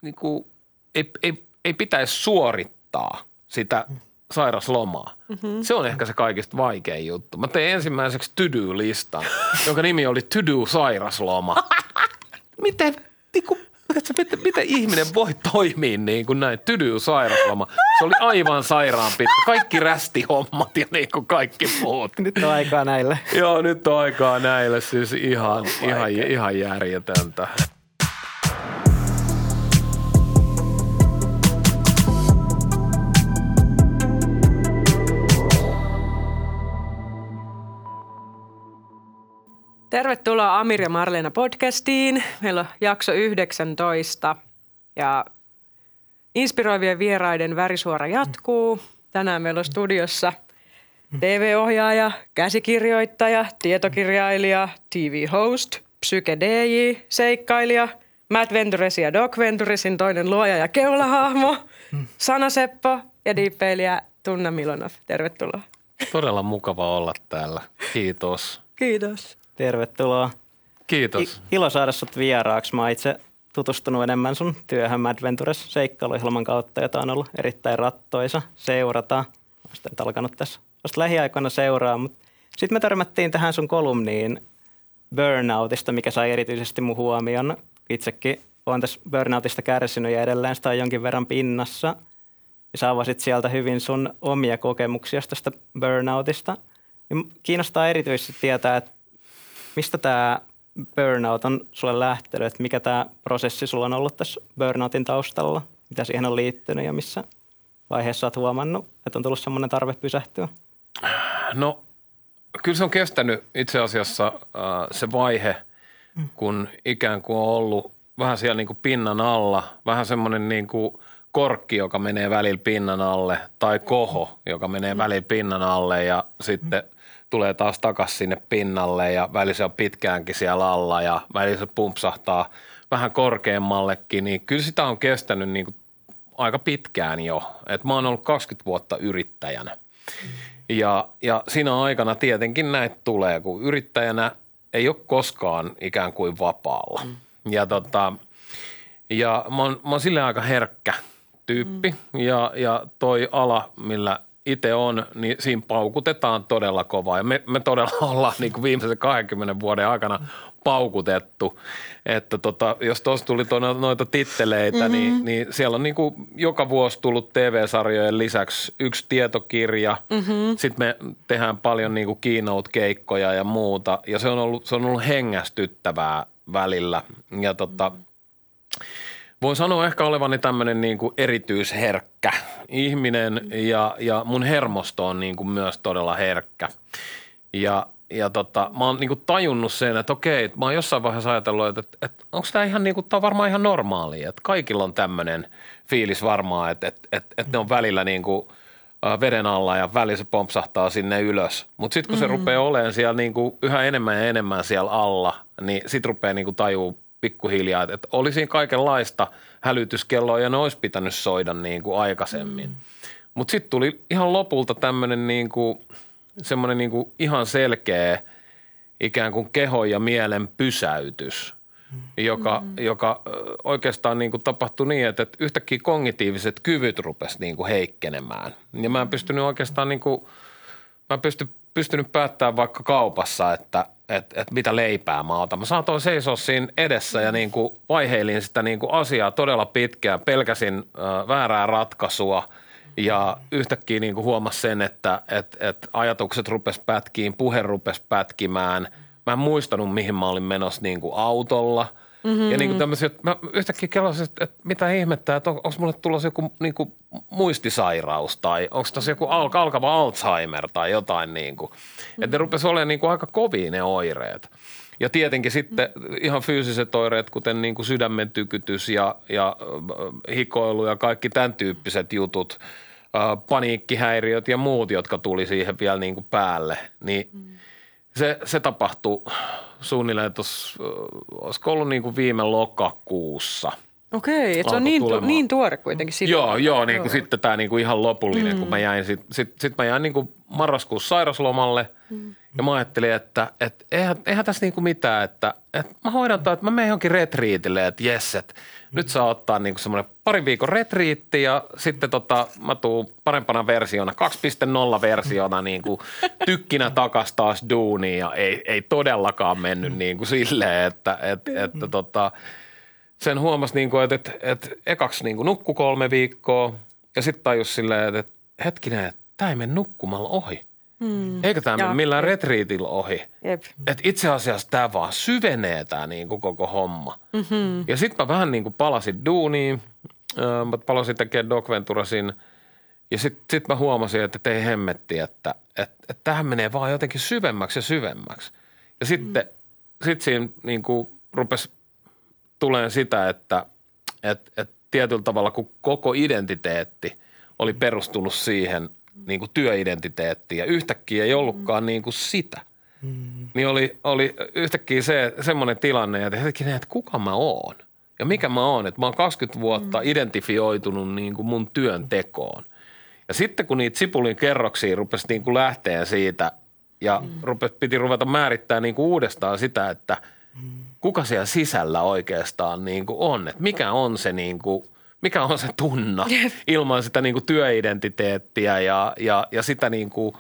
niinku, ei pitäisi suorittaa sitä sairaslomaa. Se on ehkä se kaikista vaikein juttu. Mä tein ensimmäiseksi to-do-listan, jonka nimi oli to-do-sairasloma. Miten ihminen voi toimia niin kuin näin, to-do-sairasloma? Se oli aivan sairaan pitkä. Kaikki rästihommat ja niin kuin kaikki muut. Nyt on aikaa näille. Joo, nyt on aikaa näille. Siis ihan järjetöntä. Tervetuloa Amir ja Marleena podcastiin. Meillä on jakso 19 ja inspiroivien vieraiden värisuora jatkuu. Tänään meillä on studiossa TV-ohjaaja, käsikirjoittaja, tietokirjailija, TV-host, psyke-DJ, seikkailija, Matt Venturesin ja Doc Venturesin toinen luoja ja keulahahmo, Sana Seppo ja diippeilijä Tunna Milonov. Tervetuloa. Todella mukava olla täällä. Kiitos. Kiitos. Tervetuloa. Kiitos. Ilo saada sut vieraaksi. Mä oon itse tutustunut enemmän sun työhön Mad Ventures -seikkailuohjelman kautta, jota on ollut erittäin rattoisa seurata. Mä oon sitä alkanut tässä vasta lähiaikoina seuraa, mutta sitten me törmättiin tähän sun kolumniin burnoutista, mikä sai erityisesti mun huomion. Itsekin oon tässä burnoutista kärsinyt ja edelleen sitä on jonkin verran pinnassa. Ja sä avasit sieltä hyvin sun omia kokemuksia tästä burnoutista. Kiinnostaa erityisesti tietää, että mistä tämä burnout on sulle lähtenyt, että mikä tämä prosessi sulla on ollut tässä burnoutin taustalla, mitä siihen on liittynyt ja missä vaiheessa olet huomannut, että on tullut semmoinen tarve pysähtyä? No kyllä se on kestänyt itse asiassa se vaihe, kun ikään kuin on ollut vähän siellä niin kuin pinnan alla, vähän semmoinen niin kuin korkki, joka menee välillä pinnan alle tai koho, joka menee välillä pinnan alle ja sitten tulee taas takaisin sinne pinnalle ja välillä se on pitkäänkin siellä alla ja välillä se pumpsahtaa vähän korkeammallekin, niin kyllä sitä on kestänyt niin kuin aika pitkään jo. Et mä oon ollut 20 vuotta yrittäjänä ja siinä aikana tietenkin näitä tulee, kun yrittäjänä ei ole koskaan ikään kuin vapaalla. Ja mä oon silleen aika herkkä tyyppi ja toi ala, millä itse on, niin siinä paukutetaan todella kovaa. Ja me todella ollaan niin kuin viimeisen 20 vuoden aikana paukutettu. Että jos tuossa tuli noita titteleitä, niin siellä on niin kuin joka vuosi tullut TV-sarjojen lisäksi yksi tietokirja. Sitten me tehdään paljon niin kuin keynote-keikkoja ja muuta. Ja se on ollut hengästyttävää välillä. Ja voin sanoa ehkä olevani tämmöinen niin kuin erityisherkkä ihminen ja mun hermosto on niin kuin myös todella herkkä. Ja mä oon niin kuin tajunnut sen, että okei, mä oon jossain vaiheessa ajatellut, että onko tämä ihan niin kuin, tää on varmaan ihan normaalia, että kaikilla on tämmöinen fiilis varmaan, että ne on välillä niin kuin veden alla ja välillä se pompsahtaa sinne ylös. Mutta sitten kun se rupeaa olemaan siellä niin kuin yhä enemmän ja enemmän siellä alla, niin sit rupeaa niin kuin tajuu pikkuhiljaa, että oli siinä kaikenlaista hälytyskelloa ja ne olisi pitänyt soida niin kuin aikaisemmin. Mutta sitten tuli ihan lopulta tämmöinen niin kuin, semmoinen niin kuin ihan selkeä ikään kuin kehon ja mielen pysäytys, joka oikeastaan niin kuin tapahtui niin, että yhtäkkiä kognitiiviset kyvyt rupesi niin kuin heikkenemään. Ja mä en pystynyt oikeastaan niin kuin, pystynyt päättämään vaikka kaupassa, että mitä leipää mä otan. Mä saatoin seisoa siinä edessä ja niin kuin vaiheilin sitä niin kuin asiaa todella pitkään. Pelkäsin väärää ratkaisua ja yhtäkkiä niin kuin huomasin sen, että ajatukset rupes pätkiin, puhe rupes pätkimään. Mä en muistanut, mihin mä olin menossa niin kuin autolla. Ja niin kuin tämmöisiä, mä yhtäkkiä kelasin, että mitä ihmettä, että onko mulle tulossa joku niin kuin muistisairaus tai onko tässä joku alkava Alzheimer tai jotain niin kuin. Että ne rupesi olemaan niin kuin aika kovia ne oireet. Ja tietenkin sitten ihan fyysiset oireet, kuten niin kuin sydämen tykytys ja hikoilu ja kaikki tämän tyyppiset jutut, paniikkihäiriöt ja muut, jotka tuli siihen vielä niin kuin päälle, niin se tapahtui suunnilleen tuossa, olisiko ollut niin kuin viime lokakuussa. Okei, että se on niin tuore kuitenkin. Joo, niin kuin sitten tämä niin kuin ihan lopullinen, kun mä jäin, sit mä jäin niin kuin marraskuussa sairaslomalle ja mä ajattelin, että eihän tässä niin kuin mitään, että mä hoidan toi, että mä menen johonkin retriitille, että jes, että nyt saa ottaa niin kuin semmoinen 2 viikon retriitti ja sitten mä tuun parempana versiona, 2.0 versiona niin kuin tykkinä takas taas duuniin ja ei todellakaan mennyt niin kuin silleen, että sen huomasi, niin kuin, että ekaksi niin kuin nukkui 3 viikkoa ja sitten tajus silleen, että hetkinen, että tämä ei mene nukkumalla ohi. Eikä tämä mene millään retriitillä ohi. Että itse asiassa tämä vaan syvenee tämä niin kuin koko homma. Ja sitten mä vähän niin kuin palasin duuniin. Mä palasin tekemään Doc Venturasin ja sitten mä huomasin, että ei hemmetti, että tämähän menee vaan jotenkin syvemmäksi ja syvemmäksi. Ja sitten siinä niin kuin rupesi tulee sitä, että tietyllä tavalla kun koko identiteetti oli perustunut siihen niin kuin työidentiteettiin ja yhtäkkiä ei ollutkaan niin kuin sitä, niin oli yhtäkkiä semmoinen tilanne, että kuka mä oon ja mikä mä oon. Että mä oon 20 vuotta identifioitunut niin kuin mun työntekoon. Ja sitten kun niitä sipulin kerroksia rupesi niin kuin lähteä siitä ja piti ruveta määrittämään niin kuin uudestaan sitä, että kuka siellä sisällä oikeastaan niin kuin on, että mikä on se niin kuin, mikä on se tunna ilman sitä niin kuin työidentiteettiä ja sitä niin kuin,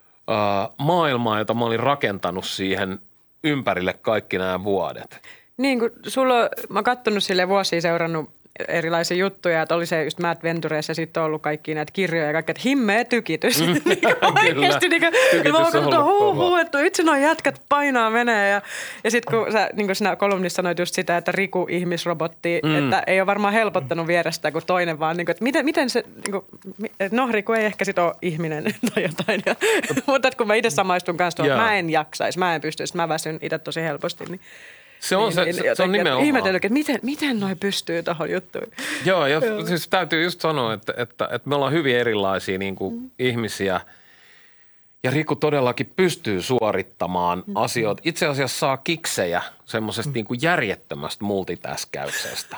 maailmaa, jota mä olin rakentanut siihen ympärille kaikki nämä vuodet. Niin kuin mä oon kattonut sille vuosia seurannut erilaisia juttuja, että oli se just Mad Ventures ja sitten on ollut kaikki näitä kirjoja ja kaikki, että himmeä tykitys. Oikeasti mä oon katsonut, että itse nuo jätkät painaa menee ja sitten kun sä niin kuin sinä kolumnissa sanoit just sitä, että Riku ihmisrobotti, että ei ole varmaan helpottanut vierestä kuin toinen, vaan niin kuin, että miten se, niin kuin, no Riku ei ehkä sit ole ihminen tai jotain. Mutta kun mä itse samaistun kanssa, että mä en jaksaisi, mä en pystyisi, mä väsyn itse tosi helposti, niin se on nimenomaan. Ihmetellyt, että miten noi pystyy tuohon juttuun. Joo, ja siis täytyy just sanoa, että me ollaan hyvin erilaisia niin kuin ihmisiä. Ja Riku todellakin pystyy suorittamaan asioita. Itse asiassa saa kiksejä semmoisesta niin kuin järjettömästä multitaskäyksestä.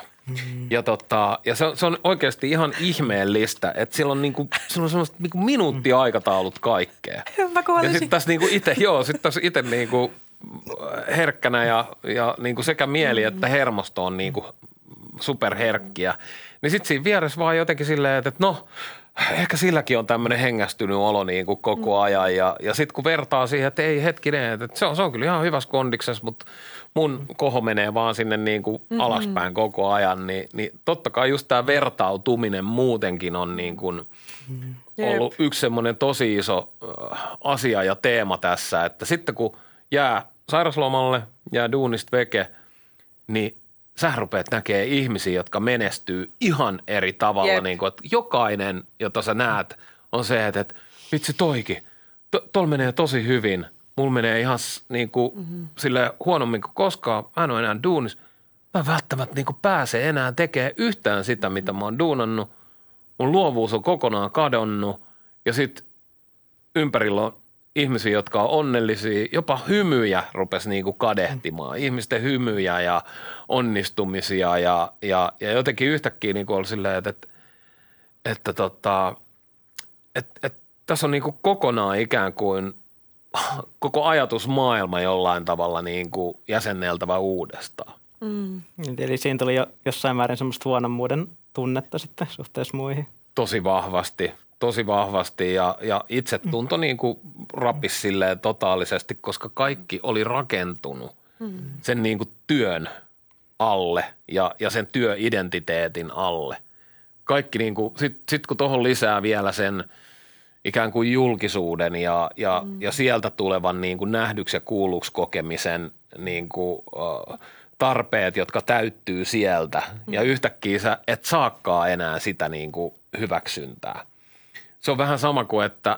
Ja se on oikeasti ihan ihmeellistä, että sillä on semmoiset niin kuin minuuttiaikataulut kaikkea. Mä kuulisin. Ja sitten tässä niin kuin itse niin kuin herkkänä ja niin kuin sekä mieli että hermosto on niin kuin superherkkiä. Niin sitten siinä vieressä vaan jotenkin silleen, että no ehkä silläkin on tämmöinen hengästynyt olo niin kuin koko ajan. Ja sitten kun vertaa siihen, että ei hetkinen, että se on kyllä ihan hyvässä kondiksessa, mutta mun koho menee vaan sinne niin kuin alaspäin koko ajan. Niin totta kai just tämä vertautuminen muutenkin on niin kuin ollut yksi semmoinen tosi iso asia ja teema tässä, että sitten kun jää sairaslomalle, jää duunista veke, niin sä rupeat näkemään ihmisiä, jotka menestyy ihan eri tavalla. Niin kuin, että jokainen, jota sä näet, on se, että vitsi toikin, tuolla menee tosi hyvin. Mulla menee ihan niin kuin silleen huonommin kuin koskaan. Mä en ole enää duunissa. Mä en välttämättä niin kuin pääse enää tekemään yhtään sitä, mitä mä oon duunannut. Mun luovuus on kokonaan kadonnut ja sitten ympärillä on ihmisiä, jotka on onnellisia, jopa hymyjä rupesi niinku kadehtimaan. Ihmisten hymyjä ja onnistumisia ja jotenkin yhtäkkiä niinku oli silleen, että tässä on niinku kokonaan ikään kuin koko ajatusmaailma jollain tavalla niinku jäsenneltävä uudestaan. Eli siinä tuli jo jossain määrin semmoista huonommuuden tunnetta sitten suhteessa muihin. Tosi vahvasti ja itsetunto niin kuin rapisi silleen totaalisesti, koska kaikki oli rakentunut sen niin kuin työn alle ja sen työidentiteetin alle. Kaikki niin kuin, sit kun tuohon lisää vielä sen ikään kuin julkisuuden ja sieltä tulevan niin kuin nähdyksi ja kuulluksi kokemisen niin kuin, tarpeet, jotka täyttyy sieltä ja yhtäkkiä sä et saakaan enää sitä niin kuin hyväksyntää. Se on vähän sama kuin, että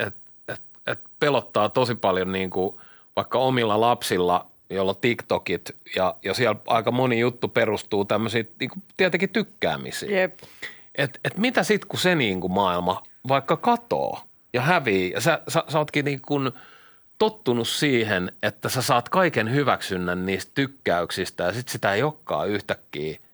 pelottaa tosi paljon niin kuin vaikka omilla lapsilla, joilla on TikTokit ja siellä aika moni juttu perustuu tämmöisiin niin kuin tietenkin tykkäämisiin. Jep. Et mitä sitten, kun se niin kuin maailma vaikka katoo ja hävii ja sä ootkin niin kuin tottunut siihen, että sä saat kaiken hyväksynnän niistä tykkäyksistä ja sitten sitä ei olekaan yhtäkkiä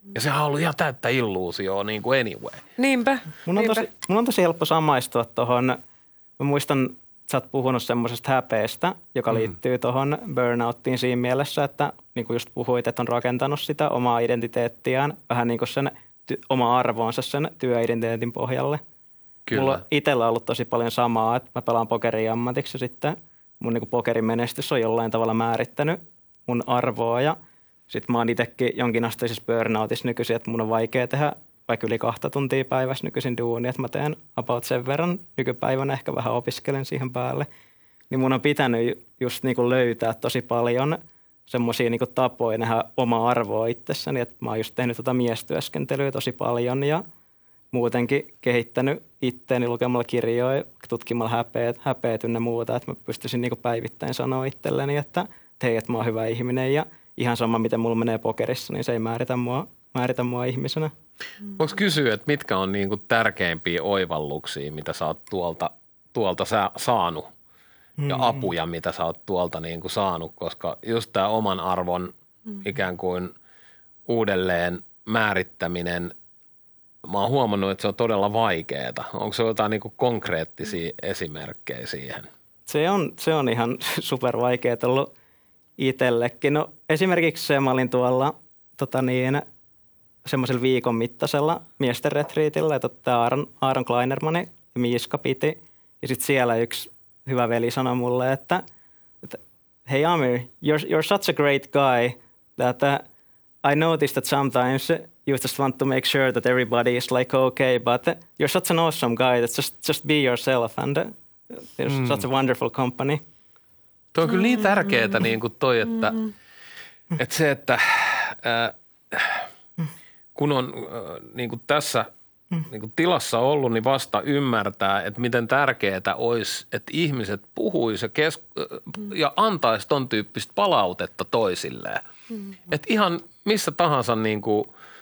Ja sehän on ollut ihan täyttä illuusioa niin kuin anyway. Niinpä. Mun on tosi helppo samaistua tuohon. Mä muistan, sä oot puhunut semmoisesta häpeestä, joka liittyy tuohon burnouttiin siinä mielessä, että niin kuin just puhuit, että on rakentanut sitä omaa identiteettiään vähän niin kuin sen oma arvoonsa sen työidentiteetin pohjalle. Kyllä. Mulla itsellä on ollut tosi paljon samaa, että mä pelaan pokeria ammatiksi ja sitten mun niin kuin pokerin menestys on jollain tavalla määrittänyt mun arvoa ja sitten mä oon itsekin jonkinasteisessa burnoutissa nykyisin, että mun on vaikea tehdä vaikka yli 2 tuntia päivässä nykyisin duunia, että mä teen about sen verran nykypäivänä, ehkä vähän opiskelen siihen päälle. Niin mun on pitänyt just niin kuin löytää tosi paljon semmoisia niin kuin tapoja nähdä omaa arvoa itsessäni, että mä oon just tehnyt miestyöskentelyä tosi paljon ja muutenkin kehittänyt itteeni lukemalla kirjoja, tutkimalla häpeät ynnä muuta, että mä pystyisin niin kuin päivittäin sanoa itselleni, että hei, että mä oon hyvä ihminen ja ihan sama, miten mulla menee pokerissa, niin se ei määritä mua ihmisenä. Voinko kysyä, että mitkä on niin kuin tärkeimpiä oivalluksia, mitä sä oot tuolta saanut ja apuja, mitä sä oot tuolta niin kuin saanut, koska just tämä oman arvon ikään kuin uudelleen määrittäminen, mä oon huomannut, että se on todella vaikeaa. Onko se jotain niin kuin konkreettisia esimerkkejä siihen? Se on ihan super vaikeaa ollut itsellekin. No esimerkiksi se, mä olin tuolla semmoisella viikon mittaisella miesten retriitillä, että Aaron Kleinerman ja Miiska piti. Ja sitten siellä yksi hyvä veli sanoi mulle, että hei Amir, you're such a great guy that I noticed that sometimes you just want to make sure that everybody is like okay, but you're such an awesome guy that just be yourself and there's such a wonderful company. Tuo on kyllä niin tärkeää niin kuin toi, että se, että kun on niin kuin tässä niin kuin tilassa ollut, niin vasta ymmärtää, että miten tärkeää olisi, että ihmiset puhuisi ja antaisi ton tyyppistä palautetta toisilleen. Että ihan missä tahansa niin kuin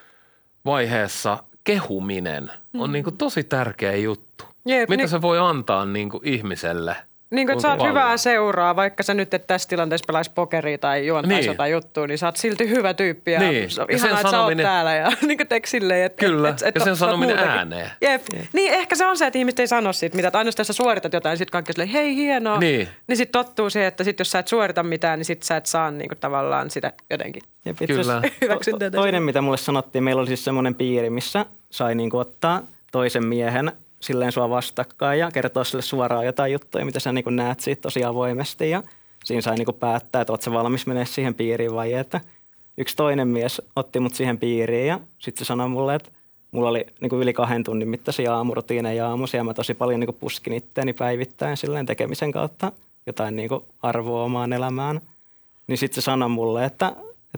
vaiheessa kehuminen on niin kuin tosi tärkeä juttu. Jep, mitä se voi antaa niin kuin ihmiselle? Niin kuin, että sä oot hyvää seuraa, vaikka sä nyt et tässä tilanteessa pelaisi pokeria tai juontaisi jotain juttua, niin sä oot silti hyvä tyyppi ja ihanaa, että sä oot täällä ja niin kuin teekö silleen, että kyllä, ja sen sanominen muutakin ääneen. Jep. Niin ehkä se on se, että ihmiset ei sano siitä, mitä ainoastaan sä suoritat jotain, sit kaikki silleen, hei hienoa. Niin sit tottuu siihen, että sit jos sä et suorita mitään, niin sit sä et saa niin kuin tavallaan sitä jotenkin. Jep, kyllä. Toinen, mitä mulle sanottiin, meillä oli siis semmoinen piiri, missä sai niin kuin ottaa toisen miehen silleen sua vastakkain ja kertoo sille suoraan jotain juttuja, mitä sä niin kuin näet siitä tosi avoimesti. Ja siinä sai niin kuin päättää, että oot sä valmis menee siihen piiriin vai että yksi toinen mies otti mut siihen piiriin ja sitten se sanoi mulle, että mulla oli niin kuin yli 2 tunnin mittaisia aamurutiineja aamuisia ja mä tosi paljon niin kuin puskin itteeni päivittäin silleen tekemisen kautta jotain niin kuin arvoa omaan elämään. Niin sitten se sanoi mulle, että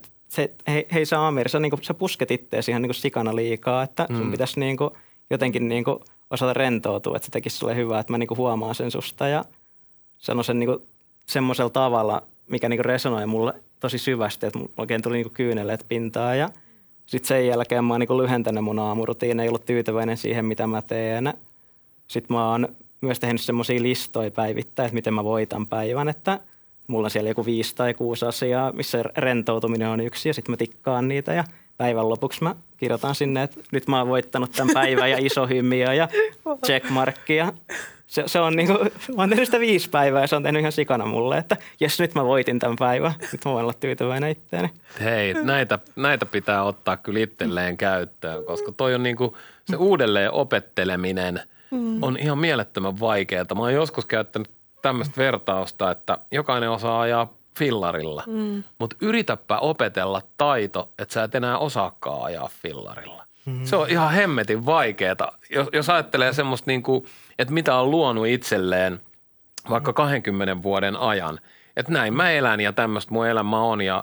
hei sä Amir, sä pusket itteesi ihan niin kuin sikana liikaa, että sun pitäisi niin kuin jotenkin niin kuin osata rentoutua, että se tekisi sulle hyvää, että mä niinku huomaan sen susta ja sanon sen niinku semmoisella tavalla, mikä niinku resonoi mulle tosi syvästi, että mulla oikein tuli niinku kyyneleet pintaan ja sitten sen jälkeen mä oon niinku lyhentänyt mun aamurutiineja, ei ollut tyytyväinen siihen, mitä mä teen. Sitten mä oon myös tehnyt semmoisia listoja päivittäin, että miten mä voitan päivän, että mulla on siellä joku 5 tai 6 asiaa, missä rentoutuminen on yksi ja sitten mä tikkaan niitä ja päivän lopuksi mä kirjoitan sinne, että nyt mä oon voittanut tämän päivän ja iso hymiö ja checkmarkkia. Se on niinku, mä oon tehnyt sitä 5 päivää ja se on tehnyt ihan sikana mulle, että jes nyt mä voitin tämän päivän. Nyt mä voin olla tyytyväinen itteeni. Hei, näitä pitää ottaa kyllä itselleen käyttöön, koska toi on niinku se uudelleen opetteleminen on ihan mielettömän vaikeaa. Mä oon joskus käyttänyt tämmöistä vertausta, että jokainen osaa ajaa fillarilla, mutta yritäpä opetella taito, että sä et enää osaakaan ajaa fillarilla. Se on ihan hemmetin vaikeeta. Jos ajattelee semmoista niinku, että mitä on luonut itselleen vaikka 20 vuoden ajan, että näin mä elän ja tämmöistä mun elämä on ja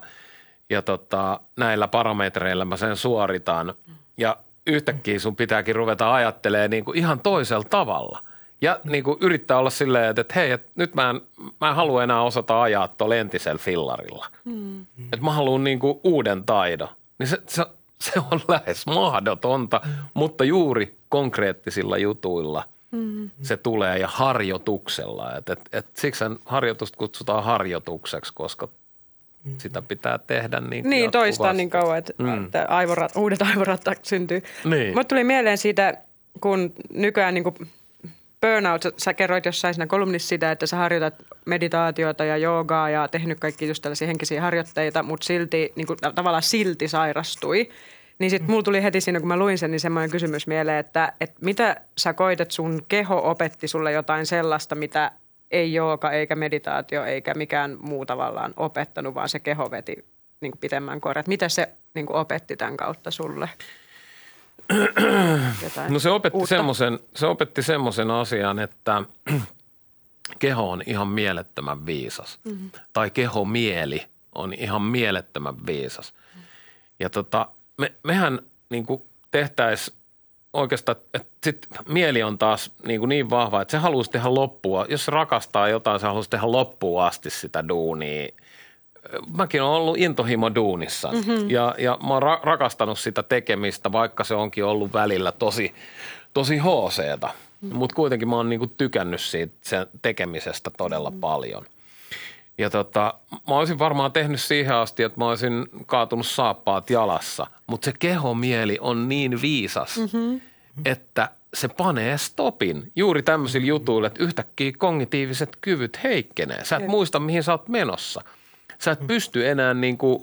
näillä parametreillä mä sen suoritan ja yhtäkkiä sun pitääkin ruveta ajattelemaan niinku ihan toisella tavalla. Ja niin kuin yrittää olla silleen, että hei, että nyt mä en halua enää osata ajaa tuolla entisellä fillarilla. Että mä haluan niin kuin uuden taidon. Niin se on lähes mahdotonta, mutta juuri konkreettisilla jutuilla se tulee ja harjoituksella. Siksi harjoitusta kutsutaan harjoitukseksi, koska sitä pitää tehdä niin toistaa niin kauan, että uudet aivorattaat syntyy. Niin. Mut tuli mieleen siitä, kun nykyään niin kuin burnout, sä kerroit jossain siinä kolumnissa sitä, että sä harjoitat meditaatiota ja joogaa ja tehnyt kaikki just tällaisia henkisiä harjoitteita, mutta silti, niin kuin, tavallaan silti sairastui. Niin sitten mulla tuli heti siinä, kun mä luin sen, niin semmoinen kysymys mieleen, että mitä sä koit, että sun keho opetti sulle jotain sellaista, mitä ei jooga eikä meditaatio eikä mikään muu tavallaan opettanut, vaan se keho veti niin kuin pitemmän korjan. Mitä se niin kuin opetti tämän kautta sulle? No se opetti semmoisen asian, että keho on ihan mielettömän viisas. Mm-hmm. Tai kehomieli on ihan mielettömän viisas. Ja mehän niin kuin tehtäisiin oikeastaan, että sit mieli on taas niin vahva, että se haluaisi tehdä loppua. Jos se rakastaa jotain, se haluaisi tehdä loppuun asti sitä duunia. Mäkin olen ollut intohimo duunissa ja mä oon rakastanut sitä tekemistä, vaikka se onkin ollut välillä tosi hooseeta. Mutta kuitenkin mä oon niinku tykännyt siitä sen tekemisestä todella paljon. Ja mä olisin varmaan tehnyt siihen asti, että mä olisin kaatunut saappaat jalassa, mutta se kehomieli on niin viisas, että se panee stopin juuri tämmöisillä jutuilla, että yhtäkkiä kognitiiviset kyvyt heikkenee. Sä et muista, mihin sä oot menossa. Sä et pysty enää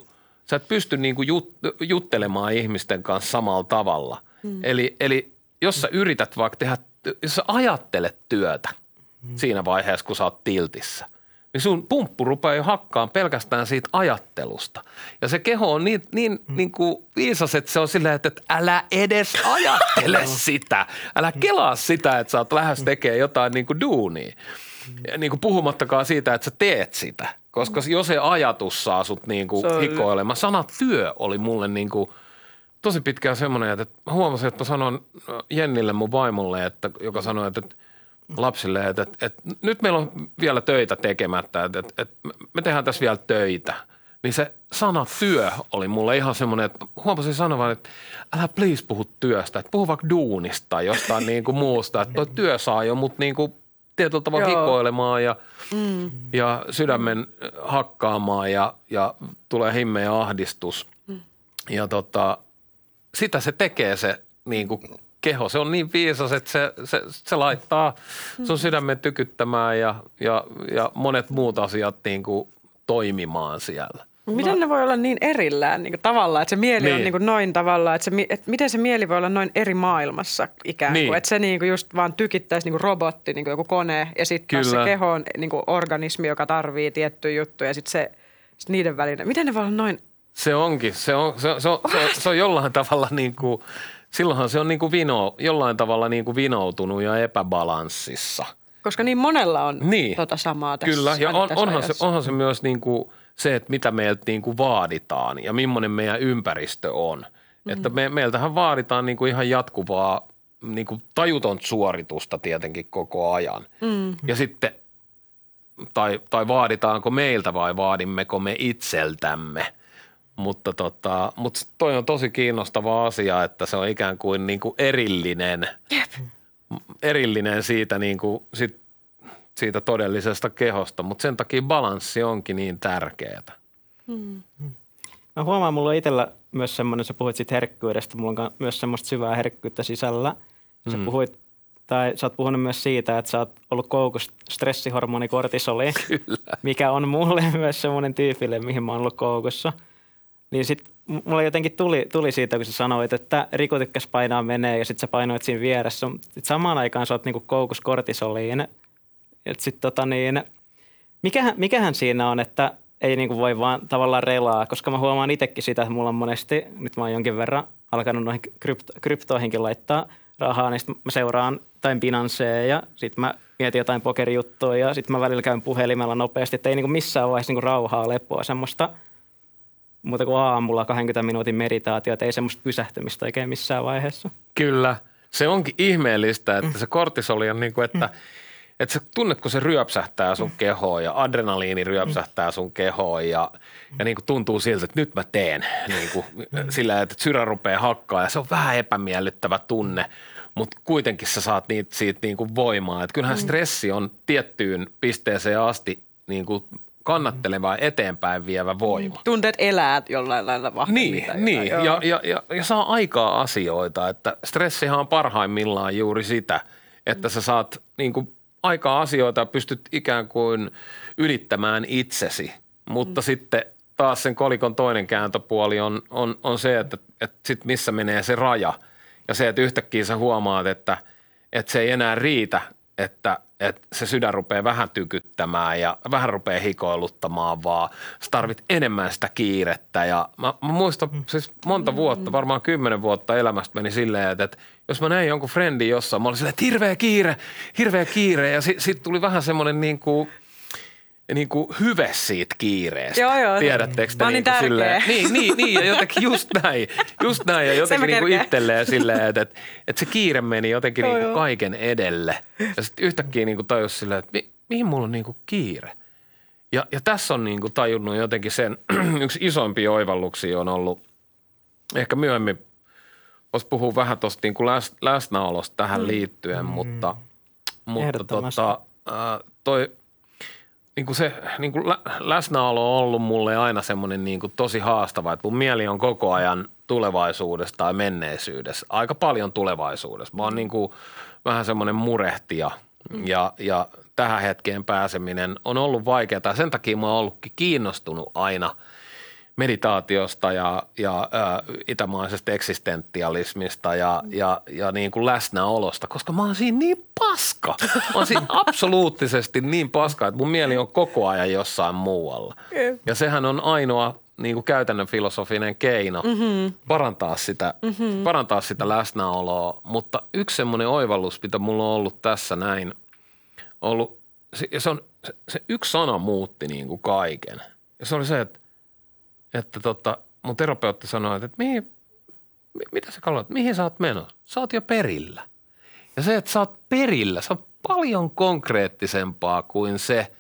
juttelemaan ihmisten kanssa samalla tavalla. Eli jos sä yrität vaikka tehdä, jos sä ajattelet työtä siinä vaiheessa, kun sä oot tiltissä, niin sun pumppu rupeaa jo hakkaan pelkästään siitä ajattelusta. Ja se keho on niin kuin viisas, että se on silleen, että älä edes ajattele sitä. Älä kelaa sitä, että sä oot lähes tekemään jotain niin kuin duunia. Niin kuin puhumattakaan siitä, että sä teet sitä. Koska jo se ajatus saa sut niin kuin hikoilemaan. Sana työ oli mulle niin kuin tosi pitkään semmoinen, että huomasin, että mä sanoin Jennille mun vaimolle, joka sanoi, että lapsille, että nyt meillä on vielä töitä tekemättä, että me tehdään tässä vielä töitä. Niin se sana työ oli mulle ihan semmoinen, että huomasin sanovan, että älä please puhu työstä, että puhu vaikka duunista tai jostain niin kuin muusta, että toi työ saa jo mut niin kuin tietyllä tavalla hikoilemaan ja sydämen hakkaamaan ja tulee himmeä ahdistus. Ja sitä se tekee se niin kuin keho. Se on niin viisas, että se laittaa sun sydämen tykyttämään ja monet muut asiat niin kuin toimimaan siellä. Miten ne voi olla niin erillään niin kuin tavallaan, että se mieli on niin kuin noin tavallaan, että miten se mieli voi olla noin eri maailmassa ikään kuin, että se niin kuin just vaan tykittäisi niin kuin robotti, niin kuin joku kone ja sitten se keho on niin kuin organismi, joka tarvii tiettyjä juttuja ja sitten niiden välillä. Miten ne voi olla noin? Se onkin, se on jollain tavalla niin kuin, silloinhan se on niin kuin jollain tavalla niin kuin vinoutunut ja epäbalanssissa. Koska niin monella on samaa tässä. Kyllä, ja onhan se myös niin kuin se, että mitä meiltä niin kuin vaaditaan ja millainen meidän ympäristö on. Että meiltähän vaaditaan niin kuin ihan jatkuvaa niin kuin tajutonta suoritusta tietenkin koko ajan. Ja sitten, tai vaaditaanko meiltä vai vaadimmeko me itseltämme. Mutta toi on tosi kiinnostava asia, että se on ikään kuin niinku erillinen siitä, niinku, siitä todellisesta kehosta, mutta sen takia balanssi onkin niin tärkeää. Mä huomaan, mulla on itsellä myös semmoinen, sä puhuit siitä herkkyydestä, mulla on myös semmoista syvää herkkyyttä sisällä. Sä puhuit, tai sä oot puhunut myös siitä, että sä oot ollut koukussa stressihormoni kortisoli, mikä on mulle myös semmoinen tyypille, mihin mä oon ollut koukussa. Niin sitten mulla jotenkin tuli siitä, kun sä sanoit, että Riku tykkäs painaa menee ja sitten sä painoit siinä vieressä. Sitten samaan aikaan sä oot niinku koukus kortisoliin. Mikähän siinä on, että ei niinku voi vaan tavallaan relaa, koska mä huomaan itsekin sitä, että mulla on monesti, nyt mä oon jonkin verran alkanut noihin kryptoihinkin laittaa rahaa, niin sitten mä seuraan jotain Binanceja ja sitten mä mietin jotain pokerijuttuja ja sitten mä välillä käyn puhelimella nopeasti, että ei niinku missään vaiheessa niinku rauhaa, lepoa, semmoista muuta kuin aamulla 20 minuutin meditaatiota, ei semmoista pysähtymistä oikein missään vaiheessa. Kyllä. Se onkin ihmeellistä, että se kortisoli on niin kuin, että sä tunnet, kun se ryöpsähtää sun kehoon ja adrenaliini ryöpsähtää sun kehoon ja niin kuin tuntuu siltä, että nyt mä teen niin kuin sillä, että sydän rupeaa hakkaa ja se on vähän epämiellyttävä tunne, mutta kuitenkin sä saat siitä niin kuin voimaa. Että kyllähän stressi on tiettyyn pisteeseen asti niin kuin kannatteleva eteenpäin vievä voima. Tunteet elää jollain lailla vahvemmin. Niin. Ja saa aikaa asioita, että stressihan on parhaimmillaan juuri sitä, että sä saat niin kuin aikaa asioita ja pystyt ikään kuin ylittämään itsesi, mutta sitten taas sen kolikon toinen kääntöpuoli on se, että sit missä menee se raja ja se, että yhtäkkiä sä huomaat, että se ei enää riitä, että se sydän rupeaa vähän tykyttämään ja vähän rupeaa hikoiluttamaan, vaan sä tarvit enemmän sitä kiirettä. Ja mä muistan siis monta vuotta, varmaan 10 vuotta elämästä meni silleen, että jos mä näin jonkun friendin jossain, mä olin silleen, että hirveä kiire. Ja sit tuli vähän semmoinen niin kuin hyve siitä kiireestä. Joo. Tiedättekö te? Mä olin tärkeä. Silleen, niin, ja jotenkin just näin. Ja jotenkin niin kuin itselleen silleen, että se kiire meni jotenkin niin kuin kaiken edelle. Ja sitten yhtäkkiä niin kuin tajus silleen, että mihin mulla on niin kuin kiire. Ja tässä on niin kuin tajunnut jotenkin sen, yksi isoimpia oivalluksia on ollut, ehkä myöhemmin voisi puhua vähän tuosta niin kuin läsnäolosta tähän liittyen, mutta toi niin kuin se niin kuin läsnäolo on ollut mulle aina semmoinen niin kuin tosi haastava, että mun mieli on koko ajan tulevaisuudessa tai menneisyydessä, aika paljon tulevaisuudessa. Mä oon niin kuin vähän semmoinen murehtija ja tähän hetkeen pääseminen on ollut vaikeaa ja sen takia mä oon ollutkin kiinnostunut aina meditaatiosta ja itämaisesta eksistentialismista ja niin kuin läsnäolosta, koska mä oon siinä niin paska. Mä oon siinä absoluuttisesti niin paska, että mun mieli on koko ajan jossain muualla. Ja sehän on ainoa niin kuin käytännön filosofinen keino parantaa sitä läsnäoloa. Mutta yksi semmoinen oivallus, mitä mulla on ollut tässä näin, se yksi sana muutti niin kuin kaiken. Ja se oli se, että mun terapeutti sanoi, että mitä sä katsot, mihin sä oot menossa? Sä oot jo perillä. Ja se, että sä oot perillä, se on paljon konkreettisempaa kuin se,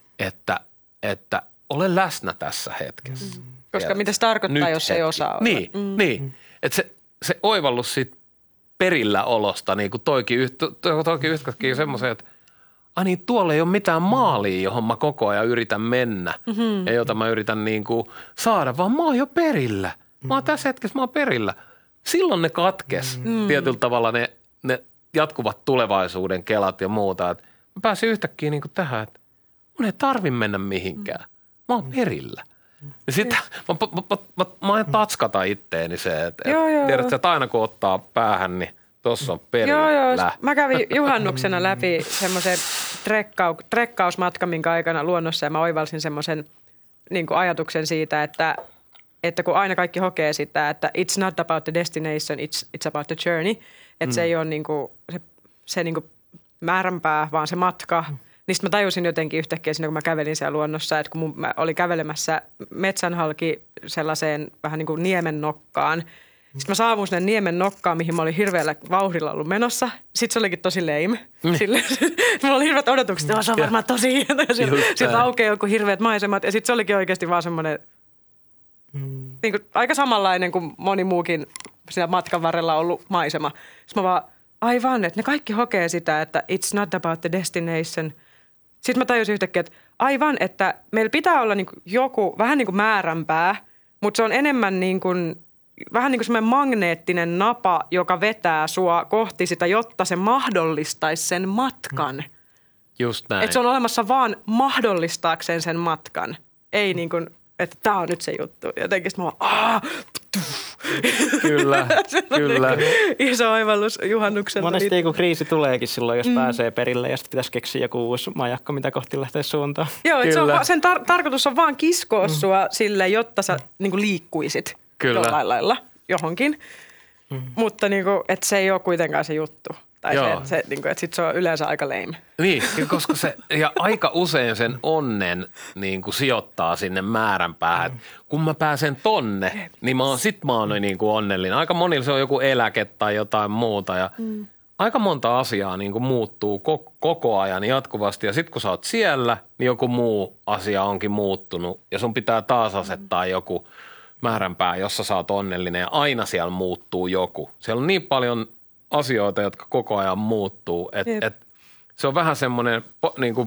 että ole läsnä tässä hetkessä. Koska mitä se tarkoittaa, nyt jos ei osaa olla. Niin. Että se oivallus siitä perillä olosta, niin kuin toikin yhtäkkiä semmoisen, että niin tuolla ei ole mitään maalia, johon mä koko ajan yritän mennä ja jota mä yritän niin kuin saada, vaan mä oon jo perillä. Mä oon tässä hetkessä, mä oon perillä. Silloin ne katkes tietyllä tavalla ne jatkuvat tulevaisuuden kelat ja muuta. Et mä pääsin yhtäkkiä niin kuin tähän, että mun ei tarvi mennä mihinkään. Mä oon perillä. Ja sitä mä en tatskata itteeni se, että tiedätkö, että aina kun ottaa päähän, niin tossa on perillä. Joo. Mä kävin juhannuksena läpi semmoisen trekkausmatkan, minkä aikana luonnossa ja mä oivalsin semmoisen niin kuin ajatuksen siitä, että kun aina kaikki hokee sitä, että it's not about the destination, it's about the journey. Että se ei ole niin kuin se niin kuin määränpää, vaan se matka. Niin sitten mä tajusin jotenkin yhtäkkiä siinä, kun mä kävelin siellä luonnossa, että kun mä olin kävelemässä metsän halki sellaiseen vähän niin kuin niemen nokkaan. Sitten mä saavuin sinne niemen nokkaan, mihin mä olin hirveällä vauhdilla ollut menossa. Sitten se olikin tosi lame. Mulla oli hirveät odotukset, että se on varmaan tosi hieno. Sitten aukeaa joku hirveät maisemat. Ja sitten se olikin oikeasti vaan semmoinen niin kuin aika samanlainen kuin moni muukin siinä matkan varrella ollut maisema. Sitten mä vaan, aivan, että ne kaikki hokee sitä, että it's not about the destination. Sitten mä tajusin yhtäkkiä, että aivan, että meillä pitää olla niin kuin joku vähän niin kuin määränpää, mutta se on enemmän niin kuin vähän niin kuin semmoinen magneettinen napa, joka vetää sua kohti sitä, jotta se mahdollistaisi sen matkan. Just näin. Että se on olemassa vaan mahdollistaakseen sen matkan. Ei niin kuin, että tämä on nyt se juttu. Jotenkin sitten mä vaan, Kyllä. Iso oivallus juhannuksella. Monesti kun kriisi tuleekin silloin, jos pääsee perille ja sitten pitäisi keksiä joku uusi majakka, mitä kohti lähtee suuntaan. Joo, sen tarkoitus on vaan kiskoa sua sille, jotta sä niin kuin liikkuisit. Kyllä. Jollain lailla johonkin, mutta niinku, että se ei ole kuitenkaan se juttu. Tai se niinku, että sit se on yleensä aika lame. Niin, koska ja aika usein sen onnen niin kuin sijoittaa sinne määränpäähän. Kun mä pääsen tonne, niin mä oon niin kuin onnellinen. Aika monilla se on joku eläke tai jotain muuta ja aika monta asiaa niin kuin muuttuu koko ajan jatkuvasti. Ja sitten kun sä oot siellä, niin joku muu asia onkin muuttunut ja sun pitää taas asettaa joku määränpää, jossa sä oot onnellinen ja aina siellä muuttuu joku. Siellä on niin paljon asioita, jotka koko ajan muuttuu, että se on vähän semmoinen niin kuin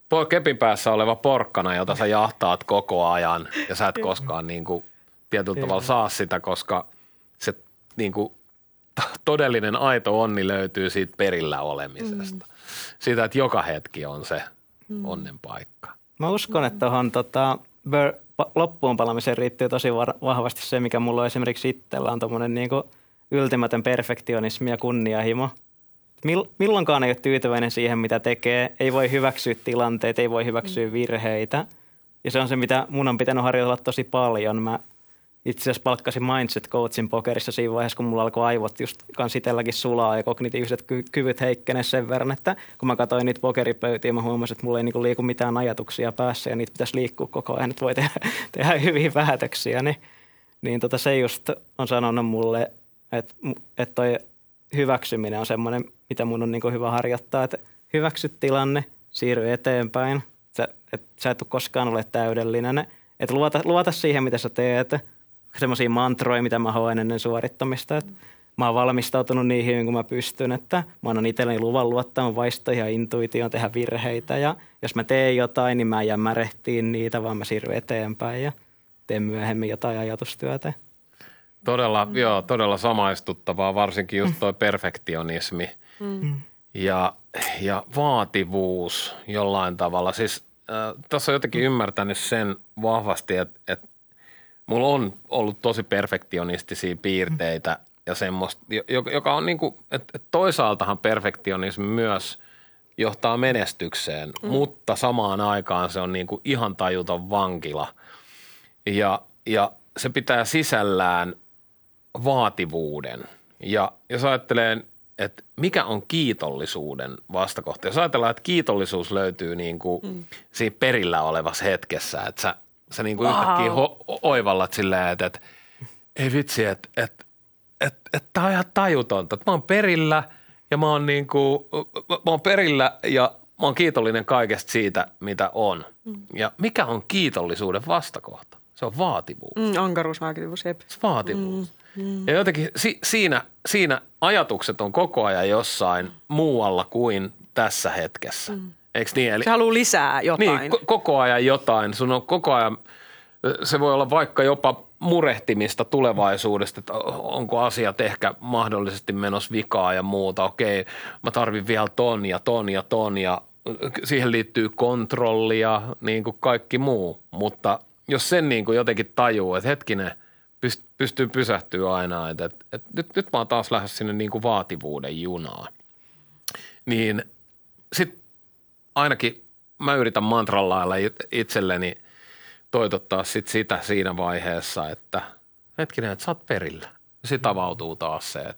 kepin päässä oleva porkkana, jota sä jahtaat koko ajan ja sä et koskaan niin kuin tietyllä tavalla saa sitä, koska se niin kuin todellinen aito onni löytyy siitä perillä olemisesta. Siitä, että joka hetki on se onnen paikka. Mä uskon, että tuohon loppuun palamiseen riittyy tosi vahvasti se, mikä mulla on esimerkiksi itsellä on tommoinen niinku yltymätön perfektionismi ja kunnianhimo. Milloinkaan ei ole tyytyväinen siihen, mitä tekee. Ei voi hyväksyä tilanteita, ei voi hyväksyä virheitä. Ja se on se, mitä mun on pitänyt harjoitella tosi paljon. Mä itse asiassa palkkasin mindset coachin pokerissa siinä vaiheessa, kun mulla alkoi aivot just kans itselläkin sulaa ja kognitiiviset kyvyt heikkenee sen verran, että kun mä katsoin niitä pokeripöytiä, mä huomasin, että mulla ei niinku liiku mitään ajatuksia päässä ja niitä pitäisi liikkua koko ajan, että voi tehdä hyviä päätöksiä. Niin se just on sanonut mulle, että toi hyväksyminen on semmoinen, mitä mun on niinku hyvä harjoittaa, että hyväksy tilanne, siirry eteenpäin, että sä et ole koskaan ole täydellinen, että luota siihen, mitä sä teet, semmoisia mantroja, mitä mä hoen ennen suorittamista, että mä oon valmistautunut niin hyvin kuin mä pystyn, että mä annan itselleni luvan luottaa mun vaistoihin ja intuitioon tehdä virheitä ja jos mä teen jotain, niin mä en jää märehtiin niitä, vaan mä siirryn eteenpäin ja teen myöhemmin jotain ajatustyötä. Todella samaistuttavaa, varsinkin just toi perfektionismi ja vaativuus jollain tavalla. Siis tässä on jotenkin ymmärtänyt sen vahvasti, että mulla on ollut tosi perfektionistisia piirteitä ja semmoista, joka on niin kuin, että toisaaltahan perfektionismi myös johtaa menestykseen, mutta samaan aikaan se on niin kuin ihan tajuton vankila ja se pitää sisällään vaativuuden. Ja jos ajattelee, että mikä on kiitollisuuden vastakohta. Jos ajatellaan, että kiitollisuus löytyy niin kuin siinä perillä olevassa hetkessä, että sä niin kuin yhtäkkiä oivallat silleen, että ei vitsi, että tää on ihan tajutonta. Että mä oon perillä ja mä oon perillä ja mä oon kiitollinen kaikesta siitä, mitä on. Ja mikä on kiitollisuuden vastakohta? Se on vaativuus. Ankaruus, vaativuus, jep. Vaativuus. Ja jotenkin siinä ajatukset on koko ajan jossain muualla kuin tässä hetkessä. Eikö niin? Eli, se haluaa lisää jotain. Niin, koko ajan jotain. Sun on koko ajan, se voi olla vaikka jopa murehtimista tulevaisuudesta, että onko asiat ehkä mahdollisesti menossa vikaa ja muuta. Okei, mä tarvin vielä ton ja siihen liittyy kontrollia, niin kuin kaikki muu. Mutta jos sen niin kuin jotenkin tajuu, että hetkinen, pystyy pysähtyä aina, että nyt mä oon taas lähes sinne niin kuin vaativuuden junaan. Niin sit ainakin mä yritän mantran lailla itselleni toitottaa sitä siinä vaiheessa, että hetkinen, että sä oot perillä. Sitten avautuu taas se,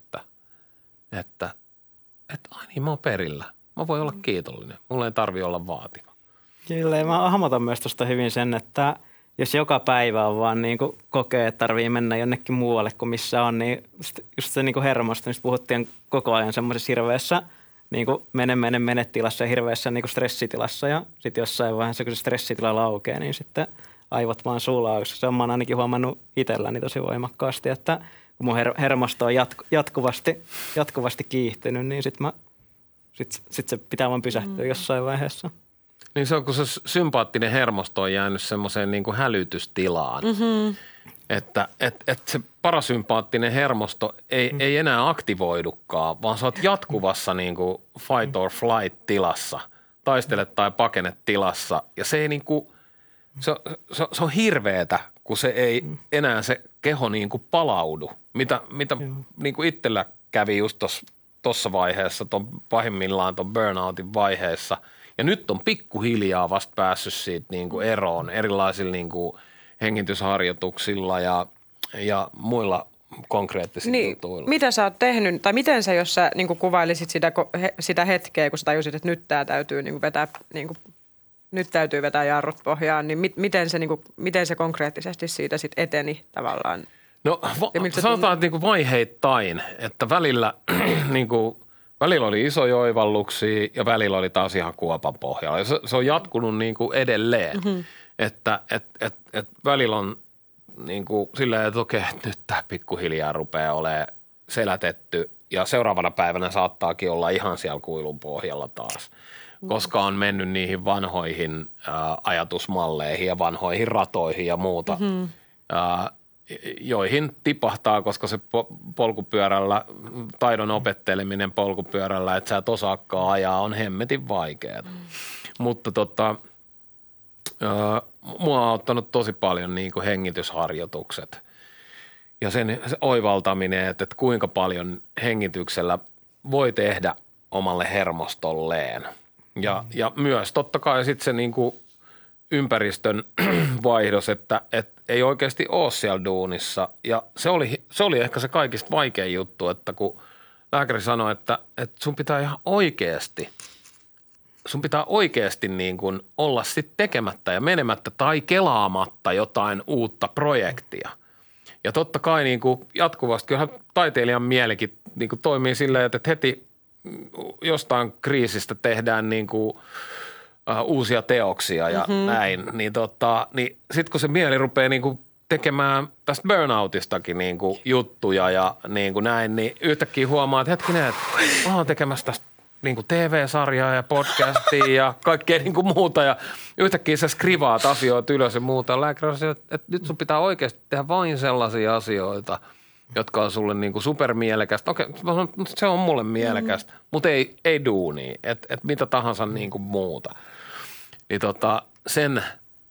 että ai niin, mä oon perillä. Mä voin olla kiitollinen. Mulla ei tarvi olla vaativa. Kyllä, mä hahmotan myös tuosta hyvin sen, että jos joka päivä on vaan niin kuin kokee, että tarvii mennä jonnekin muualle kuin missä on, niin just se niin kuin hermostumista puhuttiin koko ajan semmoisessa hirveässä niin kuin mene tilassa ja hirveässä niin kuin stressitilassa. Ja sitten jossain vaiheessa, kun se stressitila laukee, niin sitten aivot vaan sulaa. Se on mä oon ainakin huomannut itselläni tosi voimakkaasti, että kun mun hermosto on jatkuvasti kiihtynyt, niin sitten se pitää vaan pysähtyä jossain vaiheessa. Niin se on, kun se sympaattinen hermosto on jäänyt semmoiseen niin kuin hälytystilaan, että se parasympaattinen hermosto ei enää aktivoidukaan, vaan sä oot jatkuvassa niin kuin fight or flight tilassa, taistele tai pakene tilassa ja se ei niin kuin, se on hirveetä, kun se ei enää se keho niin kuin palaudu, mitä niin kuin itsellä kävi just tuossa vaiheessa, pahimmillaan ton burnoutin vaiheessa. Ja nyt on pikkuhiljaa vasta päässyt siitä niin kuin eroon erilaisilla niin kuin hengitysharjoituksilla ja muilla konkreettisilla jutuilla. Mitä sä oot tehnyt, tai miten sä, jos sä niin kuin kuvailisit sitä hetkeä, kun sä tajusit, että nyt tää täytyy niin kuin vetää, niin kuin, nyt täytyy vetää jarrut pohjaan, niin miten se konkreettisesti siitä sit eteni tavallaan? No sanotaan, että niin kuin vaiheittain, että välillä niin kuin välillä oli isoja oivalluksia ja välillä oli taas ihan kuopan pohjalla. Se on jatkunut niin kuin edelleen, että välillä on niin kuin silleen, että okei, nyt tämä pikkuhiljaa rupeaa olemaan selätetty ja seuraavana päivänä saattaakin olla ihan siellä kuilun pohjalla taas. koska on mennyt niihin vanhoihin ajatusmalleihin ja vanhoihin ratoihin ja muuta, joihin tipahtaa, koska se polkupyörällä, taidon opetteleminen polkupyörällä, että sä et osaakaan ajaa, on hemmetin vaikeaa. Mutta mua on auttanut tosi paljon niin kuin hengitysharjoitukset ja sen oivaltaminen, että kuinka paljon hengityksellä voi tehdä omalle hermostolleen. Ja myös totta kai sitten se niin kuin ympäristön vaihdos, että ei oikeasti ole siellä duunissa. Ja se oli ehkä se kaikista vaikein juttu, että kun lääkäri sanoi, että sun pitää ihan oikeasti niin kuin olla sitten tekemättä ja menemättä tai kelaamatta jotain uutta projektia. Ja totta kai niin kuin jatkuvasti, kyllähän taiteilijan mielikin niin kuin toimii silleen, että heti jostain kriisistä tehdään niin kuin uusia teoksia ja näin. Niin sitten kun se mieli rupeaa niin kuin tekemään tästä burnoutistakin niin kuin juttuja ja niin kuin näin, niin yhtäkkiä huomaa, että hetkinen, että mä oon tekemässä tästä niin kuin TV-sarjaa ja podcastia ja kaikkea niin kuin muuta ja yhtäkkiä sä skrivaat asioita ylös ja muuta. Lääkäri sanoo, että nyt sun pitää oikeasti tehdä vain sellaisia asioita, jotka on sulle niin kuin supermielekästä. Okei, se on mulle mielekästä, mutta ei duunia, että mitä tahansa niin kuin muuta. Niin sen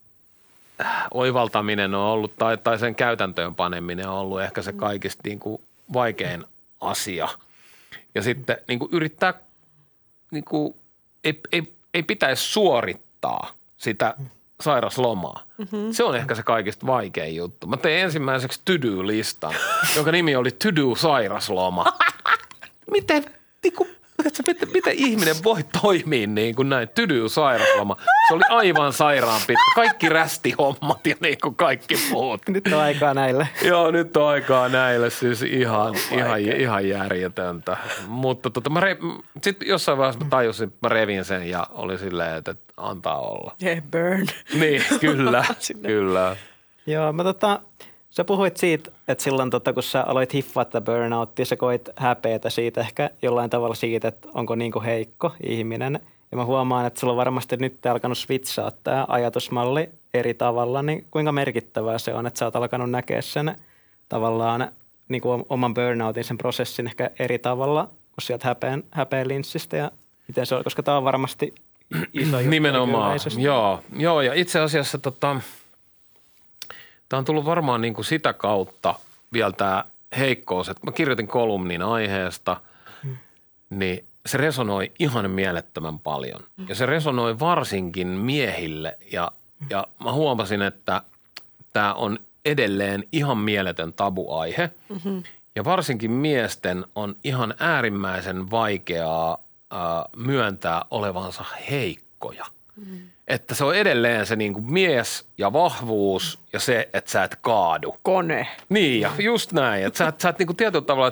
oivaltaminen on ollut, tai sen käytäntöön paneminen on ollut ehkä se kaikista niin kuin vaikein asia. Ja sitten niin kuin yrittää, niin kuin, ei pitäisi suorittaa sitä sairaslomaa. Se on ehkä se kaikista vaikein juttu. Mä tein ensimmäiseksi to-do-listan, jonka nimi oli to-do-sairasloma. Miten ihminen voi toimia niin kuin näin, to-do-sairasloma? Se oli aivan sairaan pitkä. Kaikki rästihommat ja niin kuin kaikki muut. Nyt on aikaa näille. Joo, nyt on aikaa näille. Siis ihan järjetöntä. Mutta sitten jossain vaiheessa mä tajusin, että mä revin sen ja oli silleen, että antaa olla. Yeah, burn. Niin, kyllä, kyllä. Joo, sä puhuit siitä, että silloin kun sä aloit hiffata burnouttia, sä koit häpeätä siitä ehkä jollain tavalla siitä, että onko niin kuin heikko ihminen. Ja mä huomaan, että sulla on varmasti nyt alkanut switchaa tämä ajatusmalli eri tavalla, niin kuinka merkittävää se on, että sä oot alkanut näkeä sen tavallaan niin kuin oman burnoutin, sen prosessin ehkä eri tavalla kuin sieltä häpeän linssistä ja miten se on, koska tämä on varmasti iso juttu. Nimenomaan, joo ja itse asiassa tämä on tullut varmaan niin kuin sitä kautta vielä tämä heikkous, että mä kirjoitin kolumnin aiheesta, niin se resonoi ihan mielettömän paljon. Ja se resonoi varsinkin miehille ja mä huomasin, että tämä on edelleen ihan mieletön tabuaihe. Ja varsinkin miesten on ihan äärimmäisen vaikeaa myöntää olevansa heikkoja. Että se on edelleen se niin kuin mies ja vahvuus ja se, että sä et kaadu. Kone. Niin ja just näin, että sä et niin kuin tietyllä tavalla,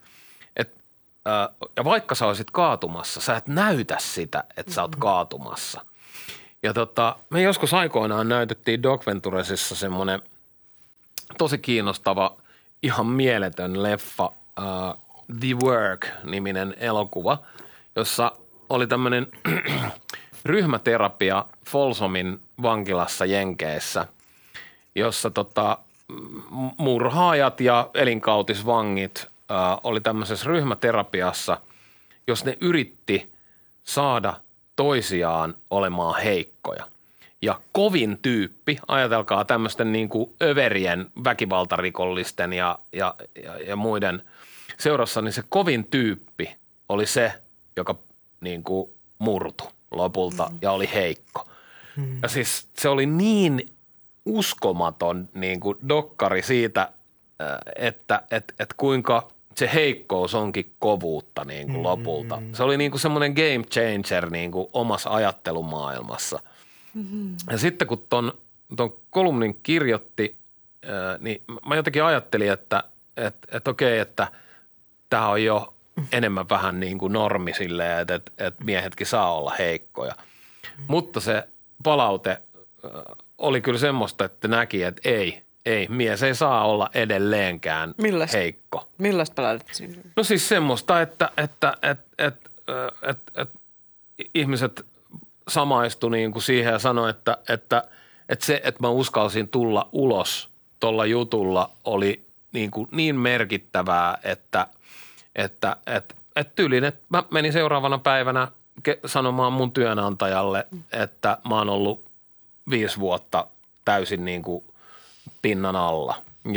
ja vaikka sä olisit kaatumassa, sä et näytä sitä, että sä oot kaatumassa. Ja me joskus aikoinaan näytettiin Doc Venturesissa semmoinen tosi kiinnostava, ihan mieletön leffa, The Work-niminen elokuva, jossa oli tämmöinen ryhmäterapia Folsomin vankilassa Jenkeissä, jossa murhaajat ja elinkautisvangit oli tämmöisessä ryhmäterapiassa, jos ne yritti saada toisiaan olemaan heikkoja. Ja kovin tyyppi, ajatelkaa tämmöisten niin kuin överien väkivaltarikollisten ja muiden seurassa, niin se kovin tyyppi oli se, joka niin kuin murtui lopulta ja oli heikko. Ja siis se oli niin uskomaton niin kuin dokkari siitä, että kuinka se heikkous onkin kovuutta niin kuin lopulta. Se oli niin kuin semmoinen game changer niin kuin omassa ajattelumaailmassa. Ja sitten kun ton kolumnin kirjoitti, niin mä jotenkin ajattelin, että okei, että tämä on jo enemmän vähän niin kuin normi silleen, että miehetkin saa olla heikkoja. Mutta se palaute oli kyllä semmoista, että näki, että ei, mies ei saa olla edelleenkään heikko. Millaista palautetta siinä? No siis semmoista, että ihmiset samaistui niin kuin siihen ja sanoi, että se, että mä uskalsin tulla ulos tuolla jutulla oli niin merkittävää, että tyyliin, että mä menin seuraavana päivänä sanomaan mun työnantajalle, että mä oon ollut 5 vuotta täysin niin kuin pinnan alla.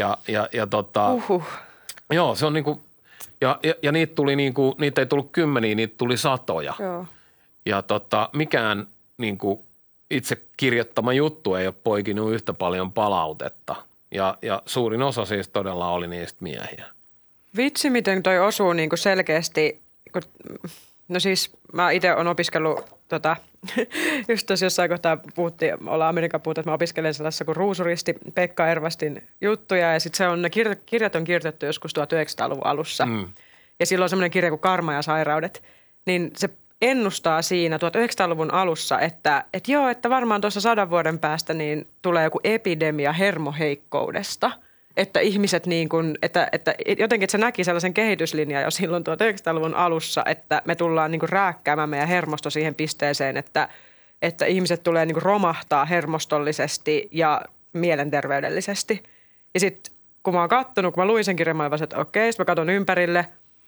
Joo, se on niin kuin, ja niitä tuli niin kuin, niitä ei tullut 10, niitä tuli 100. Joo. Ja mikään niin kuin itse kirjoittama juttu ei ole poikinut yhtä paljon palautetta. Ja suurin osa siis todella oli niistä miehiä. Vitsi, miten toi osuu niin kuin selkeästi. No siis mä itse olen opiskellut, just tuossa jossain kohtaa ollaan Amerikan puhuttu, että mä opiskelen sellaisessa kuin Ruusuristi, Pekka Ervastin juttuja. Ja sitten se on, ne kirjat on kirjoitettu joskus 1900-luvun alussa. Ja silloin on semmoinen kirja kuin Karma ja sairaudet. Niin se ennustaa siinä 1900-luvun alussa, että varmaan tuossa 100 vuoden päästä niin tulee joku epidemia hermoheikkoudesta. Että ihmiset niin kuin, että jotenkin että se näki sellaisen kehityslinjan jo silloin 1900-luvun alussa, että me tullaan niin kuin rääkkäämään meidän hermosto siihen pisteeseen, että ihmiset tulee niin kuin romahtaa hermostollisesti ja mielenterveydellisesti. Ja sitten kun mä oon kattonut, kun mä luin sen kirjan, mä olin että okei, sitten mä katson ympärille.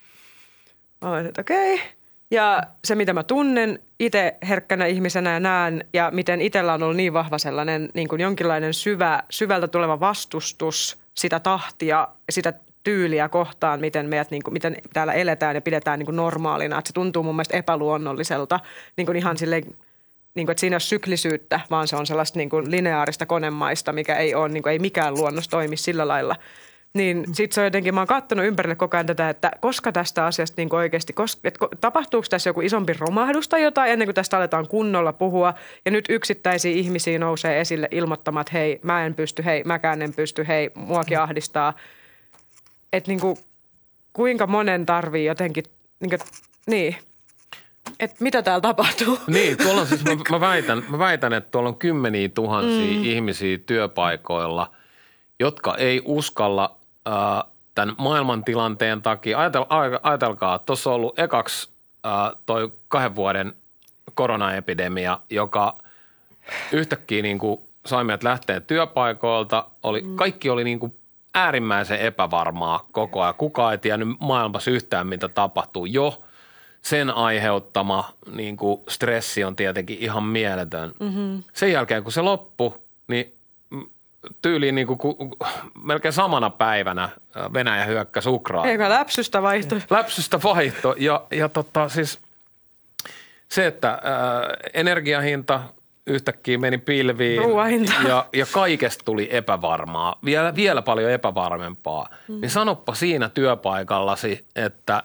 Mä olin, että okei. Ja se, mitä mä tunnen itse herkkänä ihmisenä ja näen ja miten itsellä on ollut niin vahva sellainen niin kuin jonkinlainen syvältä tuleva vastustus sitä tahtia, sitä tyyliä kohtaan, miten meidät niin kuin, miten täällä eletään ja pidetään niin kuin normaalina. Että se tuntuu mun mielestä epäluonnolliselta, niin kuin ihan silleen, niin kuin, että siinä ei ole syklisyyttä, vaan se on sellaista niin kuin lineaarista konemaista, mikä ei ole, niin kuin, ei mikään luonnos toimi sillä lailla. Niin sit se on jotenkin, mä oon katsonut ympärille koko ajan tätä, että koska tästä asiasta niin oikeasti, tapahtuuko tässä joku isompi romahdus tai jotain ennen kuin tästä aletaan kunnolla puhua. Ja nyt yksittäisiä ihmisiä nousee esille ilmoittamaan, että hei, mä en pysty, hei, mäkään en pysty, hei, muakin ahdistaa. Että niin kuin, kuinka monen tarvii jotenkin, niin. Että mitä täällä tapahtuu? Niin, tuolla on siis, mä väitän, että tuolla on 10 000 ihmisiä työpaikoilla, jotka ei uskalla tämän maailmantilanteen takia. Ajatelkaa, että tuossa on ollut ekaksi toi 2 vuoden koronaepidemia, joka yhtäkkiä niin kuin sai meidät lähteä työpaikoilta. Kaikki oli niin kuin äärimmäisen epävarmaa koko ajan. Kukaan ei tiennyt maailmassa yhtään, mitä tapahtuu. Jo sen aiheuttama niin kuin stressi on tietenkin ihan mieletön. Sen jälkeen, kun se loppui, niin tyyliin niin kuin melkein samana päivänä Venäjä hyökkäsi Ukrainaan. Eikö läpsystä vaihto? Läpsystä vaihto ja siis se, että energiahinta yhtäkkiä meni pilviin ja kaikesta tuli epävarmaa, vielä paljon epävarmempaa. Niin sanoppa siinä työpaikallasi, että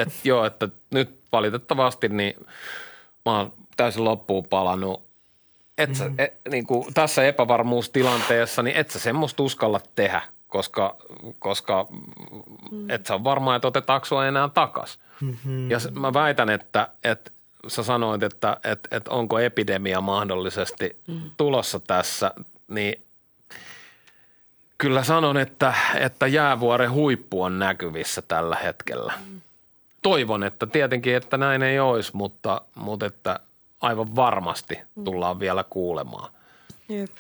nyt valitettavasti niin mä oon täysin loppuun palannut. Niin kuin tässä epävarmuustilanteessa, niin et sä semmoista uskalla tehdä, koska et sä ole varma, että otetaanko sua enää takas. Ja mä väitän, että sä sanoit, että onko epidemia mahdollisesti tulossa tässä, niin kyllä sanon, että jäävuoren huippu on näkyvissä tällä hetkellä. Toivon, että tietenkin, että näin ei olisi, mutta että aivan varmasti tullaan vielä kuulemaan. Jep.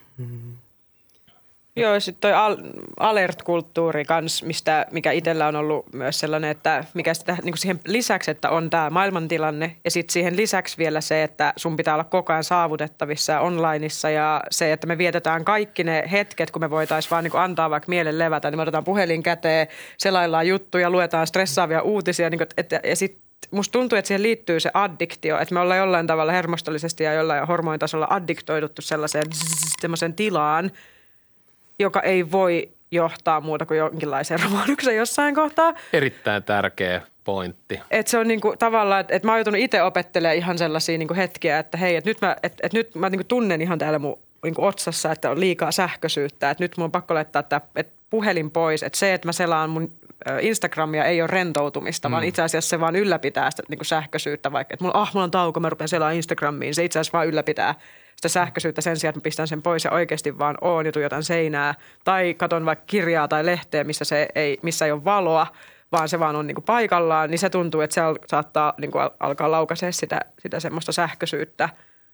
Joo, sitten toi alert-kulttuuri kans, mikä itsellä on ollut myös sellainen, että mikä sitä, niin kuin siihen lisäksi, että on tämä maailmantilanne ja sitten siihen lisäksi vielä se, että sun pitää olla koko ajan saavutettavissa onlineissa ja se, että me vietetään kaikki ne hetket, kun me voitaisiin vaan niin kuin antaa vaikka mielen levätä, niin me otetaan puhelin käteen, selaillaan juttuja, luetaan stressaavia uutisia niin kuin, ja sitten musta tuntuu, että siihen liittyy se addiktio, että me ollaan jollain tavalla hermostollisesti ja jollain hormonitasolla addiktoiduttu sellaiseen tilaan, joka ei voi johtaa muuta kuin jonkinlaiseen romahdukseen jossain kohtaa. Erittäin tärkeä pointti. Että se on niinku tavallaan, että mä oon joutunut itse opettelemaan ihan sellaisia niinku hetkiä, että hei, että nyt mä niinku tunnen ihan täällä mun niinku otsassa, että on liikaa sähköisyyttä, että nyt mun on pakko laittaa tämä puhelin pois, että se, että mä selaan mun Instagramia ei ole rentoutumista, vaan itse asiassa se vaan ylläpitää sitä niin kuin sähköisyyttä, vaikka että mulla on tauko, mä rupean selaamaan Instagramiin, se itse asiassa vaan ylläpitää sitä sähköisyyttä sen sijaan, että mä pistän sen pois ja oikeasti vaan oon ja tuijotan seinää tai katon vaikka kirjaa tai lehteä, missä ei ole valoa, vaan se vaan on niin kuin paikallaan, niin se tuntuu, että se saattaa niin kuin alkaa laukaisee sitä semmoista sähköisyyttä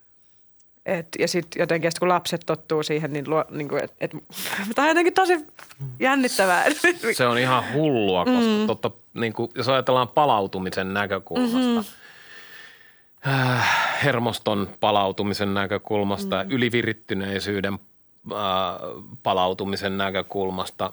Ja sitten jotenkin, kun lapset tottuu siihen, niin, tämä on jotenkin tosi jännittävää. Se on ihan hullua, koska jos ajatellaan palautumisen näkökulmasta, hermoston palautumisen näkökulmasta ja ylivirittyneisyyden palautumisen näkökulmasta,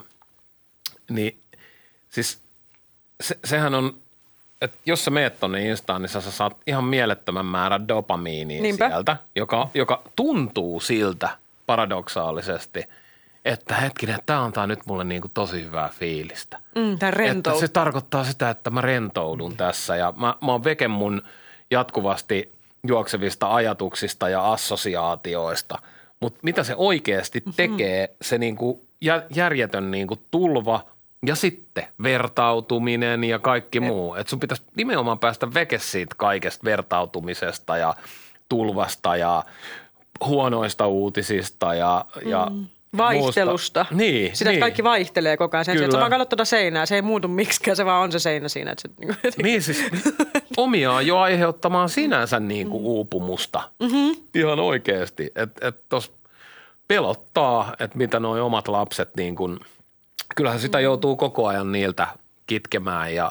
niin siis sehän on, että jos sä meet tonne Instaan, niin sä saat ihan mielettömän määrän dopamiinia sieltä, joka tuntuu siltä paradoksaalisesti, että hetkinen, tämä antaa nyt mulle niinku tosi hyvää fiilistä. Että se tarkoittaa sitä, että mä rentoudun tässä ja mä oon veke mun jatkuvasti juoksevista ajatuksista ja assosiaatioista. Mutta mitä se oikeasti tekee, se niinku järjetön niinku tulva ja sitten vertautuminen ja kaikki muu. Että sun pitäisi nimenomaan päästä veke siitä kaikesta vertautumisesta ja tulvasta ja huonoista uutisista ja vaihtelusta. Niin. Sitä, että kaikki vaihtelee koko ajan. Sen, että sä vaan katsot tuota seinää, se ei muutu miksikään, se vaan on se seinä siinä. Että se, niin siis omiaan jo aiheuttamaan sinänsä niinku uupumusta. Ihan oikeasti. Että tos pelottaa, että mitä nuo omat lapset niin kuin, kyllähän sitä joutuu koko ajan niiltä kitkemään ja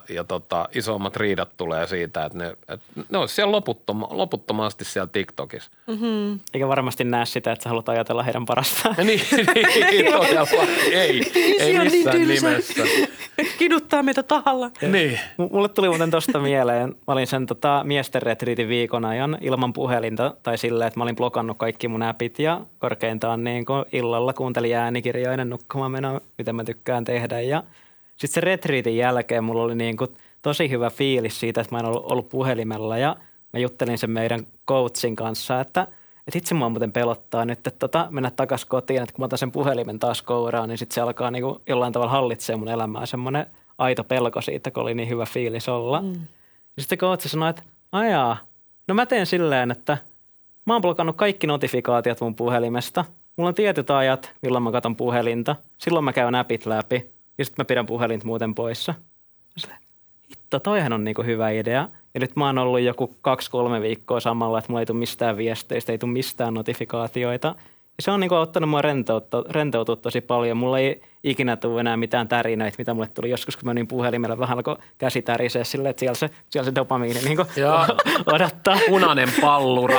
isommat riidat tulee siitä, että ne olisi siellä loputtomasti siellä TikTokissa. Eikä varmasti näe sitä, että sä haluat ajatella heidän parastaan. niin todella. Ei missään nimessä. Kiduttaa meitä tahalla. Niin. Mulle tuli muuten tosta mieleen. Mä olin sen miesten retriitin viikon ajan ilman puhelinta tai silleen, että mä olin blokannut kaikki mun appit ja korkeintaan niin kuin illalla kuuntelin äänikirjoja ennen nukkumaan menoa, mitä mä tykkään tehdä. Ja sitten se retriitin jälkeen mulla oli niin kuin tosi hyvä fiilis siitä, että mä en ollut puhelimella ja mä juttelin sen meidän coachin kanssa, että itse mua muuten pelottaa nyt, että mennä takaisin kotiin, että kun mä otan sen puhelimen taas kouraan, niin sitten se alkaa niin kuin jollain tavalla hallitsee mun elämää, semmoinen aito pelko siitä, kun oli niin hyvä fiilis olla. Ja sitten coach sanoi, että ajaa, no mä teen silleen, että mä oon blokannut kaikki notifikaatiot mun puhelimesta. Mulla on tietyt ajat, milloin mä katon puhelinta. Silloin mä käyn appit läpi ja sitten mä pidän puhelinta muuten poissa. Hitto, toihan on niinku hyvä idea. Ja nyt mä oon ollut joku 2-3 viikkoa samalla, että mulla ei tule mistään viesteistä, ei tule mistään notifikaatioita. Ja se on niinku ottanut mua rentoutua tosi paljon. Mulla ei ikinä tule enää mitään tärinöitä, mitä mulle tuli joskus, kun mä niin puhelimella vähän alkoi käsi tärisee silleen, että siellä se dopamiini niinku odottaa. Punainen pallura.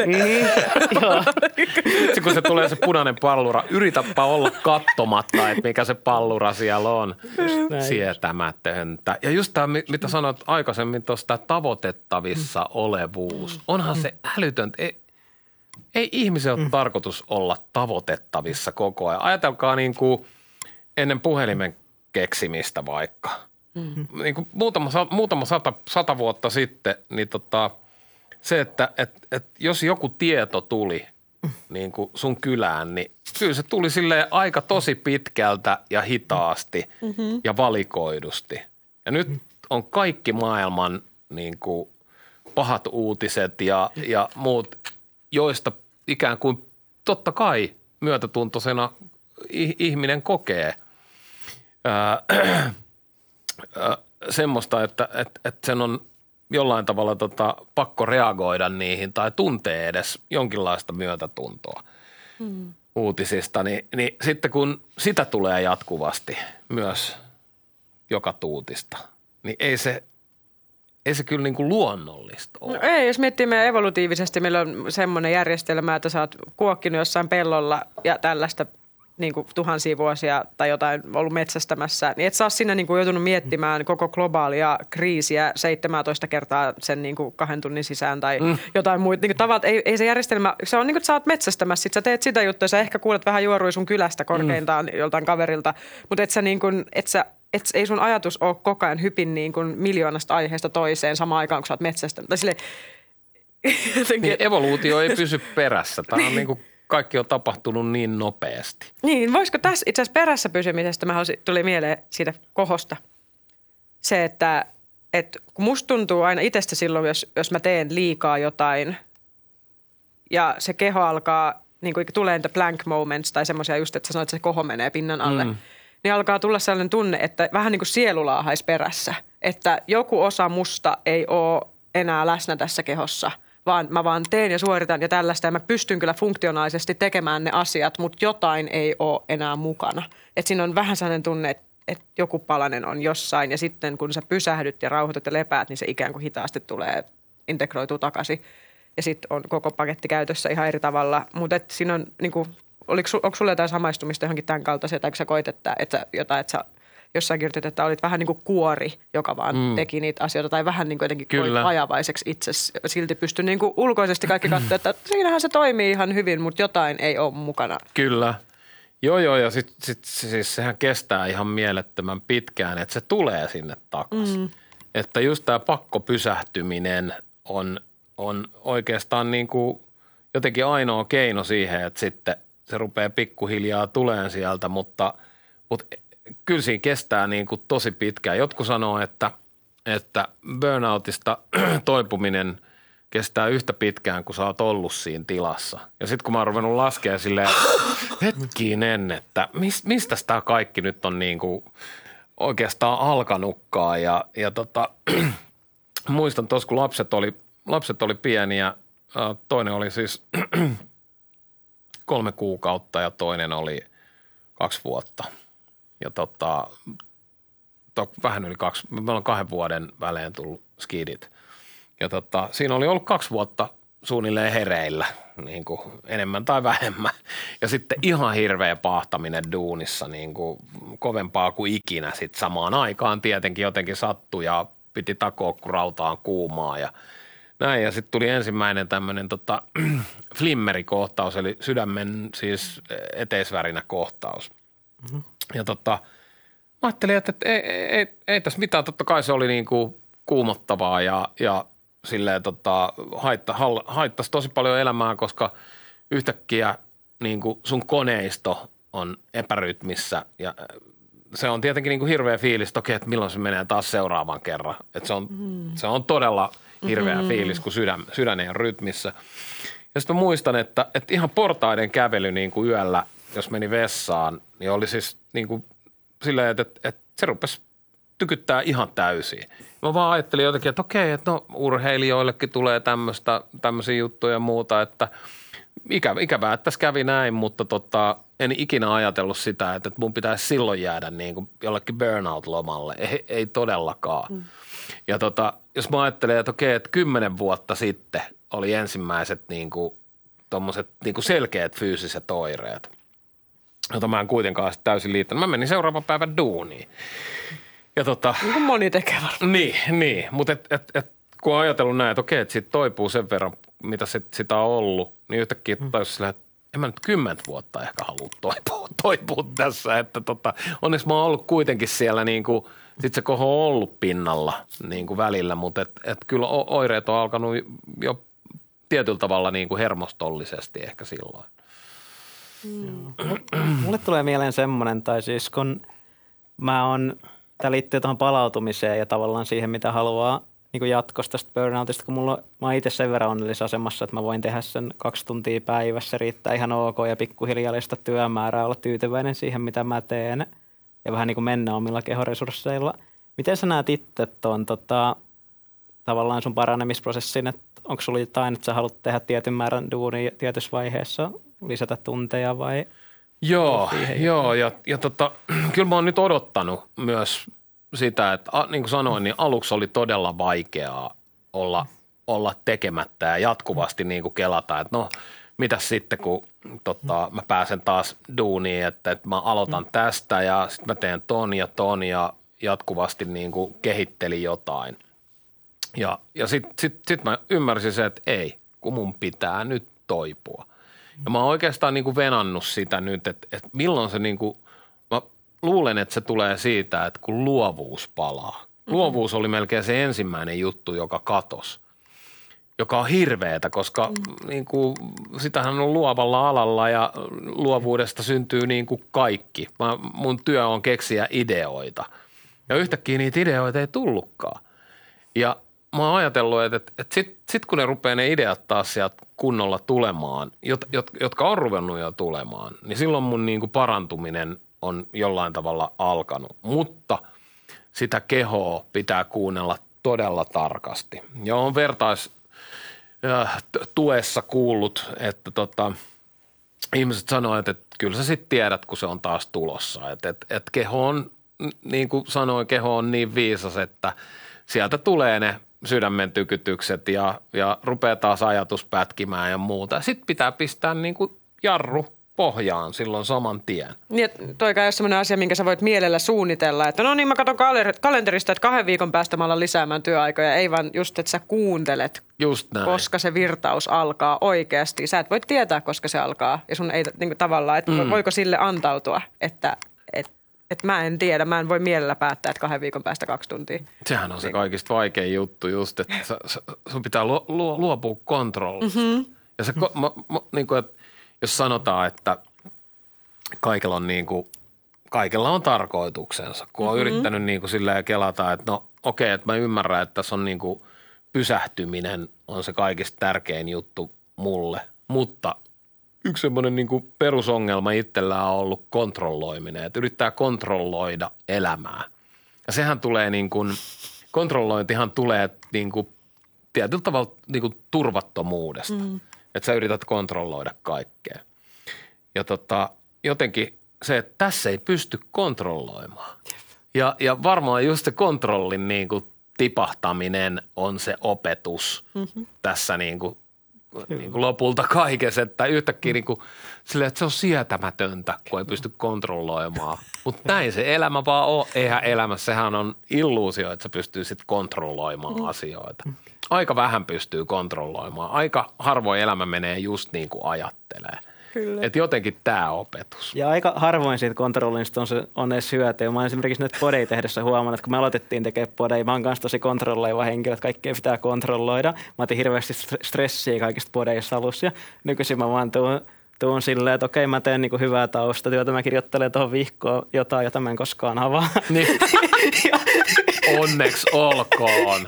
Joo. Sitten kun se tulee se punainen pallura, yritäpä olla katsomatta, että mikä se pallura siellä on. Sietämätöntä. Ja just tämä, mitä sanoit aikaisemmin tuosta tavoitettavissa olevuus. Onhan se älytöntä. Ei ihmisen ole tarkoitus olla tavoitettavissa koko ajan. Ajatelkaa niin kuin ennen puhelimen keksimistä vaikka. Niin kuin muutama sata vuotta sitten, niin se, että jos joku tieto tuli niin kuin sun kylään, niin kyllä se tuli silleen aika tosi pitkältä ja hitaasti ja valikoidusti. Ja nyt on kaikki maailman niin kuin pahat uutiset ja muut, joista ikään kuin totta kai myötätuntoisena ihminen kokee semmoista, että sen on jollain tavalla pakko reagoida niihin tai tuntee edes jonkinlaista myötätuntoa uutisista, niin sitten kun sitä tulee jatkuvasti myös joka tuutista, niin ei se kyllä niin kuin luonnollista ole. No ei, jos miettii meidän evolutiivisesti, meillä on semmoinen järjestelmä, että sä oot kuokkinut jossain pellolla ja tällaista niin kuin tuhansia vuosia tai jotain ollut metsästämässä, niin et sä ole siinä niin kuin joutunut miettimään koko globaalia kriisiä 17 kertaa sen niin kuin 2 tunnin sisään tai jotain muita. Niin tavat, ei se järjestelmä, se on niin kuin, että sä oot metsästämässä, sit sä teet sitä juttua, sä ehkä kuulet vähän juorui sun kylästä korkeintaan joltain kaverilta, mutta et sä niin kuin, ei sun ajatus ole koko ajan hypin niin kuin miljoonasta aiheesta toiseen samaan aikaan, kun sä oot metsästänyt. Tai niin, evoluutio ei pysy perässä. Tämä on niin kuin kaikki on tapahtunut niin nopeasti. Niin, voisiko tässä itse asiassa perässä pysymisestä, tuli mieleen siitä kohosta. Se, että kun musta tuntuu aina itsestä silloin, jos mä teen liikaa jotain ja se keho alkaa, niin kuin tulee niitä blank moments tai semmoisia just, että sä sanoit, että se koho menee pinnan alle, niin alkaa tulla sellainen tunne, että vähän niin kuin sielu laahaisi perässä. Että joku osa musta ei ole enää läsnä tässä kehossa, vaan mä vaan teen ja suoritan ja tällaista ja mä pystyn kyllä funktionaalisesti tekemään ne asiat, mutta jotain ei ole enää mukana. Että siinä on vähän sellainen tunne, että joku palanen on jossain ja sitten kun sä pysähdyt ja rauhoitut ja lepäät, niin se ikään kuin hitaasti tulee, integroituu takaisin ja sitten on koko paketti käytössä ihan eri tavalla. Mutta siinä on niinku, onko sulla jotain samaistumista johonkin tämän kaltaisia, tai kun sä koit, että sä jossain kirjoitit, että olit vähän niin kuin kuori, joka vaan teki niitä asioita, tai vähän niin kuin jotenkin koit vajavaiseksi itse. Silti pystyi niin kuin ulkoisesti kaikki katsoa, että siinähän se toimii ihan hyvin, mutta jotain ei ole mukana. Kyllä. Joo, ja sit siis sehän kestää ihan mielettömän pitkään, että se tulee sinne takaisin. Että just tämä pakkopysähtyminen on oikeastaan niin kuin jotenkin ainoa keino siihen, että sitten se rupeaa pikkuhiljaa tuleen sieltä, mutta kyllä siinä kestää niin kuin tosi pitkään. Jotkut sanoo, että burnoutista toipuminen kestää yhtä pitkään, kun sä oot ollut siinä tilassa. Ja sitten kun mä oon ruvennut laskemaan silleen, hetkinen, että mistä tämä kaikki nyt on niin kuin oikeastaan alkanutkaan. Ja muistan tuossa, kun lapset oli pieniä, toinen oli siis 3 kuukautta ja toinen oli 2 vuotta. Ja vähän yli 2, meillä on 2 vuoden välein tullut skidit. Ja siinä oli ollut 2 vuotta suunnilleen hereillä, niin kuin enemmän tai vähemmän. Ja sitten ihan hirveä paahtaminen duunissa, niin kuin kovempaa kuin ikinä. Sitten samaan aikaan tietenkin jotenkin sattui ja piti takoa, kun rautaan kuumaa ja näin. Ja sitten tuli ensimmäinen tämmöinen flimmerikohtaus, eli sydämen siis eteisvärinä kohtaus. Mm-hmm. Ja mä ajattelin, että ei tässä mitään. Totta kai se oli niin kuin kuumottavaa ja silleen haittasi tosi paljon elämää, koska yhtäkkiä niin kuin sun koneisto on epärytmissä ja se on tietenkin niin kuin hirveä fiilis toki, että milloin se menee taas seuraavan kerran. Että se on todella hirveä fiilis, kun sydän ei ole rytmissä. Ja sitten mä muistan, että ihan portaiden kävely niin kuin yöllä, jos meni vessaan, niin oli siis niin kuin silleen, että se rupesi tykyttää ihan täysin. Mä vaan ajattelin jotenkin, että okei, että no urheilijoillekin tulee tämmöisiä juttuja ja muuta, että ikävää, että tässä kävi näin, mutta en ikinä ajatellut sitä, että mun pitäisi silloin jäädä niin kuin jollekin burnout-lomalle. Ei todellakaan. Ja jos mä ajattelen, että okei, että 10 vuotta sitten oli ensimmäiset niin kuin tommoset niin kuin selkeät fyysiset oireet, jota mä en kuitenkaan täysin liittänyt. Mä menin seuraavan päivän duuniin. Ja niin kuin moni tekee varmaan. Niin. Mutta kun on ajatellut näin, että okei, että siitä toipuu sen verran, mitä sitä on ollut, niin yhtäkkiä taisi sillä, että en mä nyt 10 vuotta ehkä halua toipua tässä. Että onneksi mä oon ollut kuitenkin siellä niin kuin, sit se koho on ollut pinnalla niin kuin välillä, mutta et kyllä oireet on alkanut jo tietyllä tavalla niin kuin hermostollisesti ehkä silloin. Mulle tulee mieleen semmoinen, tai siis kun tämä liittyy tuohon palautumiseen ja tavallaan siihen, mitä haluaa niin kuin jatkosta tästä burnoutista, kun mä oon itse sen verran onnellisessa asemassa, että mä voin tehdä sen 2 tuntia päivässä, riittää ihan ok ja pikkuhiljaa lisätä työmäärää, olla tyytyväinen siihen, mitä mä teen ja vähän niin kuin mennä omilla kehoresursseilla. Miten sä näet itse tuon tavallaan sun paranemisprosessin, että onko sulla jotain, että sä haluat tehdä tietyn määrän duunia tietyssä vaiheessa, lisätä tunteja vai? Joo, ja kyllä mä oon nyt odottanut myös sitä, että niin kuin sanoin, niin aluksi oli todella vaikeaa olla tekemättä ja jatkuvasti niin kuin kelata, että no mitäs sitten, kun mä pääsen taas duuniin, että mä aloitan tästä ja sitten mä teen ton ja jatkuvasti niin kuin kehittelin jotain. Ja sit mä ymmärsin se, että ei, kun mun pitää nyt toipua. Ja mä oon oikeastaan niin kuin venannut sitä nyt, että milloin se niin kuin, mä luulen, että se tulee siitä, että kun luovuus palaa. Luovuus oli melkein se ensimmäinen juttu, joka katosi, joka on hirveetä, koska niin kuin, sitähän on luovalla alalla ja luovuudesta syntyy niin kuin kaikki. Mun työ on keksiä ideoita ja yhtäkkiä niitä ideoita ei tullutkaan. Ja mä oon ajatellut, että sit kun ne rupeaa ne ideat taas sieltä kunnolla tulemaan, jotka on ruvennut jo tulemaan, niin silloin mun niin kuin parantuminen on jollain tavalla alkanut. Mutta sitä kehoa pitää kuunnella todella tarkasti. Ja on tuessa kuullut, että ihmiset sanoo, että kyllä sä sitten tiedät, kun se on taas tulossa. Että keho on, niin kuin sanoin, keho on niin viisas, että sieltä tulee ne sydämen tykytykset ja rupeaa taas ajatus pätkimään ja muuta. Sitten pitää pistää niin kuin jarru pohjaan silloin saman tien. Niin, toikaan ei ole sellainen asia, minkä sä voit mielellä suunnitella, että no niin, mä katson kalenterista, että 2 viikon päästä mä alan lisäämään työaikoja. Ei vaan just, että sä kuuntelet, Just näin. koska se virtaus alkaa oikeasti. Sä et voi tietää, koska se alkaa ja sun ei niin kuin tavallaan, että voiko sille antautua, että mä en tiedä, mä en voi mielellä päättää, että 2 viikon päästä 2 tuntia. Sehän on se kaikista vaikein juttu just, että sun pitää luopua kontrollista. Ja se, niin kuin, että jos sanotaan, että kaikella on tarkoituksensa, kun on yrittänyt niin kuin silleen kelata, että no okei, että mä ymmärrän, että tässä on niin kuin pysähtyminen on se kaikista tärkein juttu mulle, mutta yksi semmoinen niin kuin perusongelma itsellään on ollut kontrolloiminen, että yrittää kontrolloida elämää. Ja sehän tulee niin kuin, kontrollointihan tulee niin kuin tietyllä tavalla niin kuin turvattomuudesta, että sä yrität kontrolloida kaikkea. Ja jotenkin se, että tässä ei pysty kontrolloimaan. Ja varmaan just se kontrollin niin kuin tipahtaminen on se opetus tässä niin kuin lopulta kaikessa, että yhtäkkiä niin kuin silleen, että se on sietämätöntä, kun ei pysty kontrolloimaan. Mutta näin se elämä vaan on. Eihän elämässä, sehän on illuusio, että sä pystyy sitten kontrolloimaan asioita. Aika vähän pystyy kontrolloimaan. Aika harvoin elämä menee just niin kuin ajattelee. Että jotenkin tämä opetus. Ja aika harvoin siitä kontrollista on edes hyötyä. Mä oon esimerkiksi nyt podeja tehdessä huomannut, että kun me aloitettiin tekemään podeja, mä oon kanssa tosi kontrolloiva henkilö, että kaikkea pitää kontrolloida. Mä otin hirveästi stressiä kaikista podeissa alussa ja nykyisin mä vaan tuun silleen, että okei, mä teen niinku hyvää taustatyötä, mä kirjoittelen tuohon vihkoon jotain, jota mä en koskaan avaa. Niin. Onneksi olkoon.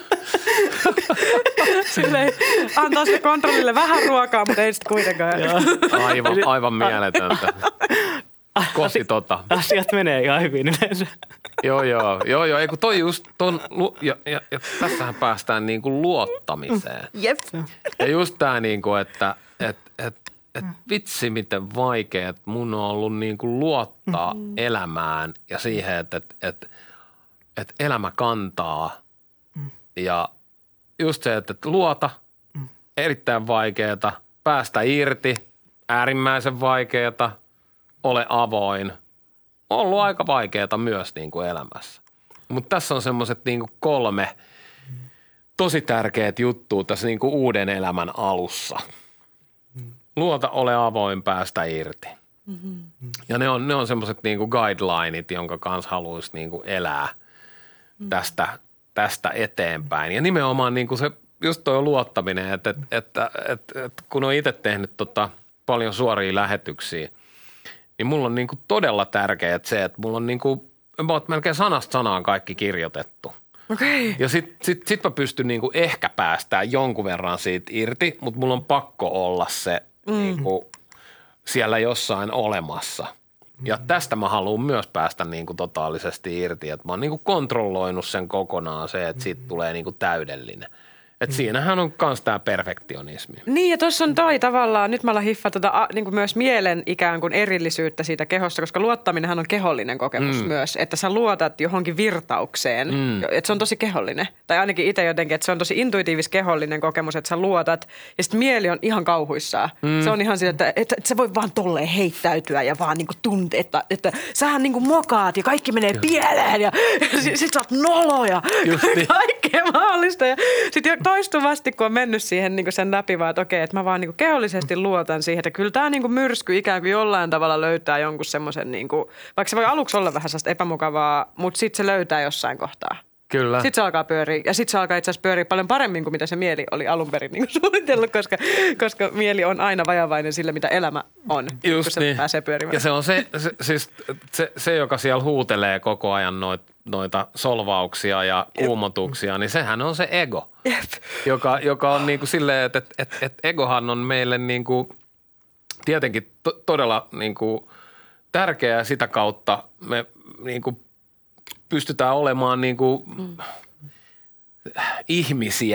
Silleen antaa sille kontrollille vähän ruokaa, mutta ei sitten kuitenkaan. Aivan mieletöntä. Kohti Asiat menee ihan hyvin yleensä. Joo. Eiku toi just ja tässähän päästään niinku luottamiseen. Jep. Ja just tää niinku, että vitsi miten vaikea, että mun on ollut niinku luottaa elämään ja siihen, että elämä kantaa ja just se, että luota, erittäin vaikeeta, päästä irti, äärimmäisen vaikeeta, ole avoin. On ollut aika vaikeeta myös niin kuin elämässä. Mutta tässä on semmoiset niin kuin 3 tosi tärkeät juttua tässä niin kuin uuden elämän alussa. Luota, ole avoin, päästä irti. Ja ne on semmoiset niin kuin guidelineit, jonka kanssa haluaisi niin kuin elää tästä eteenpäin. Ja nimenomaan niin kuin se, just toi luottaminen, että kun on itse tehnyt paljon suoria lähetyksiä, niin mulla on niin kuin todella tärkeää se, että mulla on niin kuin, melkein sanasta sanaan kaikki kirjoitettu. Okei. Ja sit mä pystyn niin kuin ehkä päästään jonkun verran siitä irti, mutta mulla on pakko olla se niin kuin siellä jossain olemassa. Ja tästä mä haluan myös päästä niin kuin totaalisesti irti, että mä oon niin kuin kontrolloinut sen kokonaan se, että siitä tulee niin kuin täydellinen. Että siinähän on myös tämä perfektionismi. Niin ja tuossa on toi tavallaan, nyt mä alan hiffaa niin kuin myös mielen ikään kuin erillisyyttä siitä kehosta, koska luottaminenhan on kehollinen kokemus myös, että sä luotat johonkin virtaukseen, että se on tosi kehollinen. Tai ainakin itse jotenkin, että se on tosi intuitiivis kehollinen kokemus, että sä luotat ja sitten mieli on ihan kauhuissaan. Se on ihan siitä, että sä voi vaan tolleen heittäytyä ja vaan niin kuin tuntea, että sähän niin kuin mokaat ja kaikki menee pieleen ja sit sä oot nolo ja kaikkea mahdollista ja sitten toistuvasti, kun on mennyt siihen niin kuin sen läpi vaan, että okei, että mä vaan niin kuin kehollisesti luotan siihen, että kyllä tämä niin kuin myrsky ikään kuin jollain tavalla löytää jonkun semmoisen, niin kuin, vaikka se voi aluksi olla vähän sellaista epämukavaa, mutta sitten se löytää jossain kohtaa. Kyllä. Sitten se alkaa pyöriä ja sitten se alkaa itse asiassa pyöriä paljon paremmin kuin mitä se mieli oli alun perin niin kuin suunnitellut, koska mieli on aina vajavainen sille, mitä elämä on, just kun se niin. pääsee pyörimään. Ja se on se, joka siellä huutelee koko ajan noita solvauksia ja kuumotuksia, niin sehän on se ego. Jep. Joka on niin kuin silleen, että egohan on meille niin kuin tietenkin todella niin kuin tärkeää ja sitä kautta me niin kuin pystytään olemaan niin kuin ihmisiä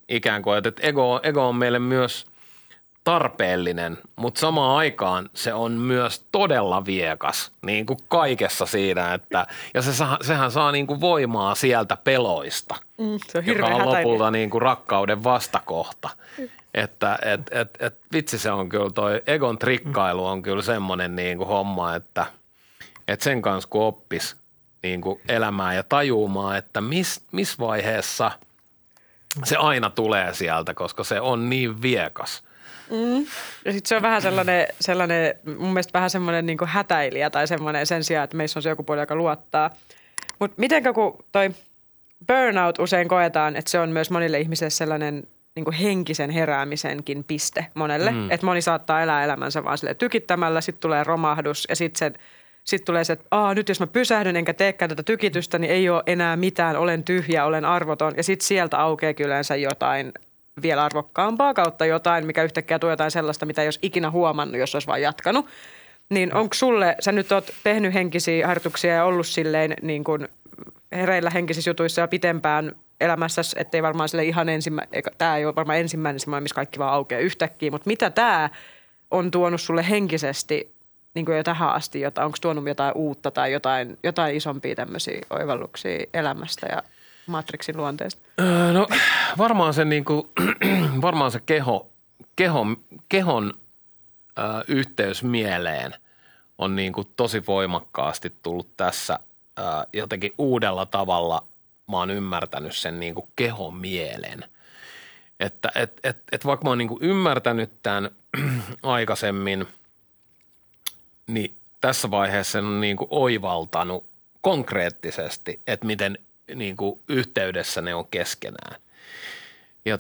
ikään kuin, että ego on meille myös tarpeellinen, mutta samaan aikaan se on myös todella viekas, niin kuin kaikessa siinä, että ja sehän saa niin kuin voimaa sieltä peloista, se on joka on lopulta niin kuin rakkauden vastakohta. Että vitsi se on kyllä toi egon trikkailu on kyllä semmoinen niin kuin homma, että sen kanssa kun oppisi niin kuin elämään ja tajumaan, että missä vaiheessa se aina tulee sieltä, koska se on niin viekas. Ja sitten se on vähän sellainen mun mielestä vähän semmoinen niin kuin hätäilijä tai semmoinen sen sijaan, että meissä on se joku puoli, joka luottaa. Mutta mitenkä kun toi burnout usein koetaan, että se on myös monille ihmisille sellainen niin kuin henkisen heräämisenkin piste monelle. Että moni saattaa elää elämänsä vaan silleen tykittämällä, sitten tulee romahdus ja sitten tulee se, että nyt jos mä pysähdyn enkä teekään tätä tykitystä, niin ei ole enää mitään, olen tyhjä, olen arvoton. Ja sitten sieltä aukeaa yleensä jotain vielä arvokkaampaa kautta jotain, mikä yhtäkkiä tuo jotain sellaista, mitä ei olisi ikinä huomannut, jos olisi vaan jatkanut. Niin onko sulle, sä nyt oot tehnyt henkisiä harjoituksia ja ollut silleen niin kuin hereillä henkisissä jutuissa ja pitempään elämässäsi, ettei varmaan sille ihan tämä ei ole varmaan ensimmäinen semmoinen, missä kaikki vaan aukeaa yhtäkkiä, mutta mitä tämä on tuonut sulle henkisesti niin kuin jo tähän asti, onko tuonut jotain uutta tai jotain isompia tämmöisiä oivalluksia elämästä ja Matrixin luonteesta? No varmaan se, niin kuin, varmaan se kehon yhteys mieleen on niin kuin tosi voimakkaasti tullut tässä jotenkin uudella tavalla. Mä oon ymmärtänyt sen niin kuin kehon mielen. Että vaikka mä oon niin kuin ymmärtänyt tämän aikaisemmin, niin tässä vaiheessa sen on niin kuin oivaltanut konkreettisesti, että miten niin kuin yhteydessä ne on keskenään. Ja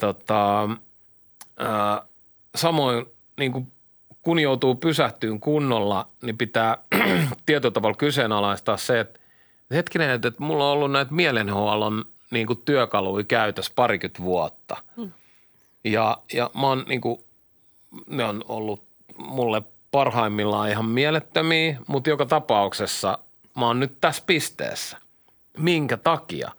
samoin niin kuin kun joutuu pysähtyyn kunnolla, niin pitää tietyllä tavalla kyseenalaistaa se, että hetkinen, että mulla on ollut näitä mielenhuollon niin kuin työkaluja käytössä 20 vuotta. Ja mä oon niin kuin, ne on ollut mulle parhaimmillaan ihan mielettömiä, mutta joka tapauksessa mä oon nyt tässä pisteessä. Minkä takia?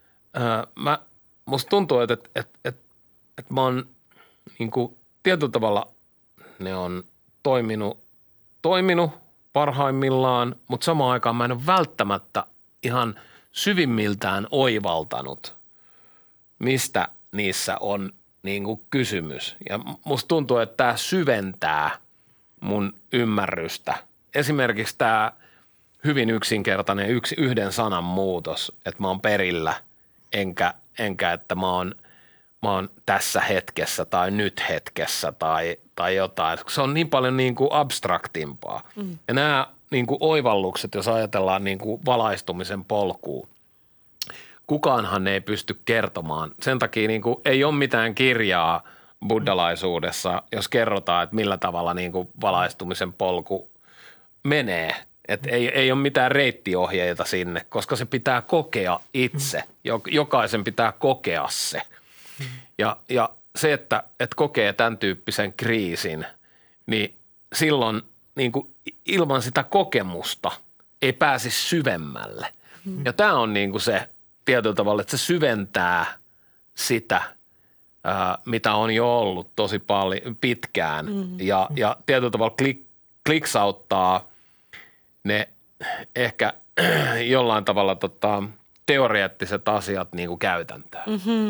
Musta tuntuu, että mä oon niin kuin tietyllä tavalla ne on toiminut parhaimmillaan, mutta samaan aikaan mä en ole välttämättä ihan syvimmiltään oivaltanut, mistä niissä on niin kuin kysymys. Ja musta tuntuu, että tämä syventää mun ymmärrystä. Esimerkiksi tämä hyvin yksinkertainen yhden sanan muutos, että mä oon perillä, enkä että mä oon tässä hetkessä tai nyt hetkessä tai jotain. Se on niin paljon niin kuin abstraktimpaa. Ja nämä niin kuin oivallukset, jos ajatellaan niin kuin valaistumisen polkuun, kukaanhan ei pysty kertomaan. Sen takia niin kuin ei ole mitään kirjaa buddhalaisuudessa, jos kerrotaan, että millä tavalla niin kuin valaistumisen polku menee. Että ei ole mitään reittiohjeita sinne, koska se pitää kokea itse. Jokaisen pitää kokea se. Ja se, että kokee tämän tyyppisen kriisin, niin silloin niin kuin ilman sitä kokemusta ei pääsisi syvemmälle. Ja tämä on niin kuin se tietyllä tavalla, että se syventää sitä, mitä on jo ollut tosi paljon pitkään. Ja tietyllä tavalla kliksauttaa ne ehkä jollain tavalla teoreettiset asiat niin kuin käytäntöön.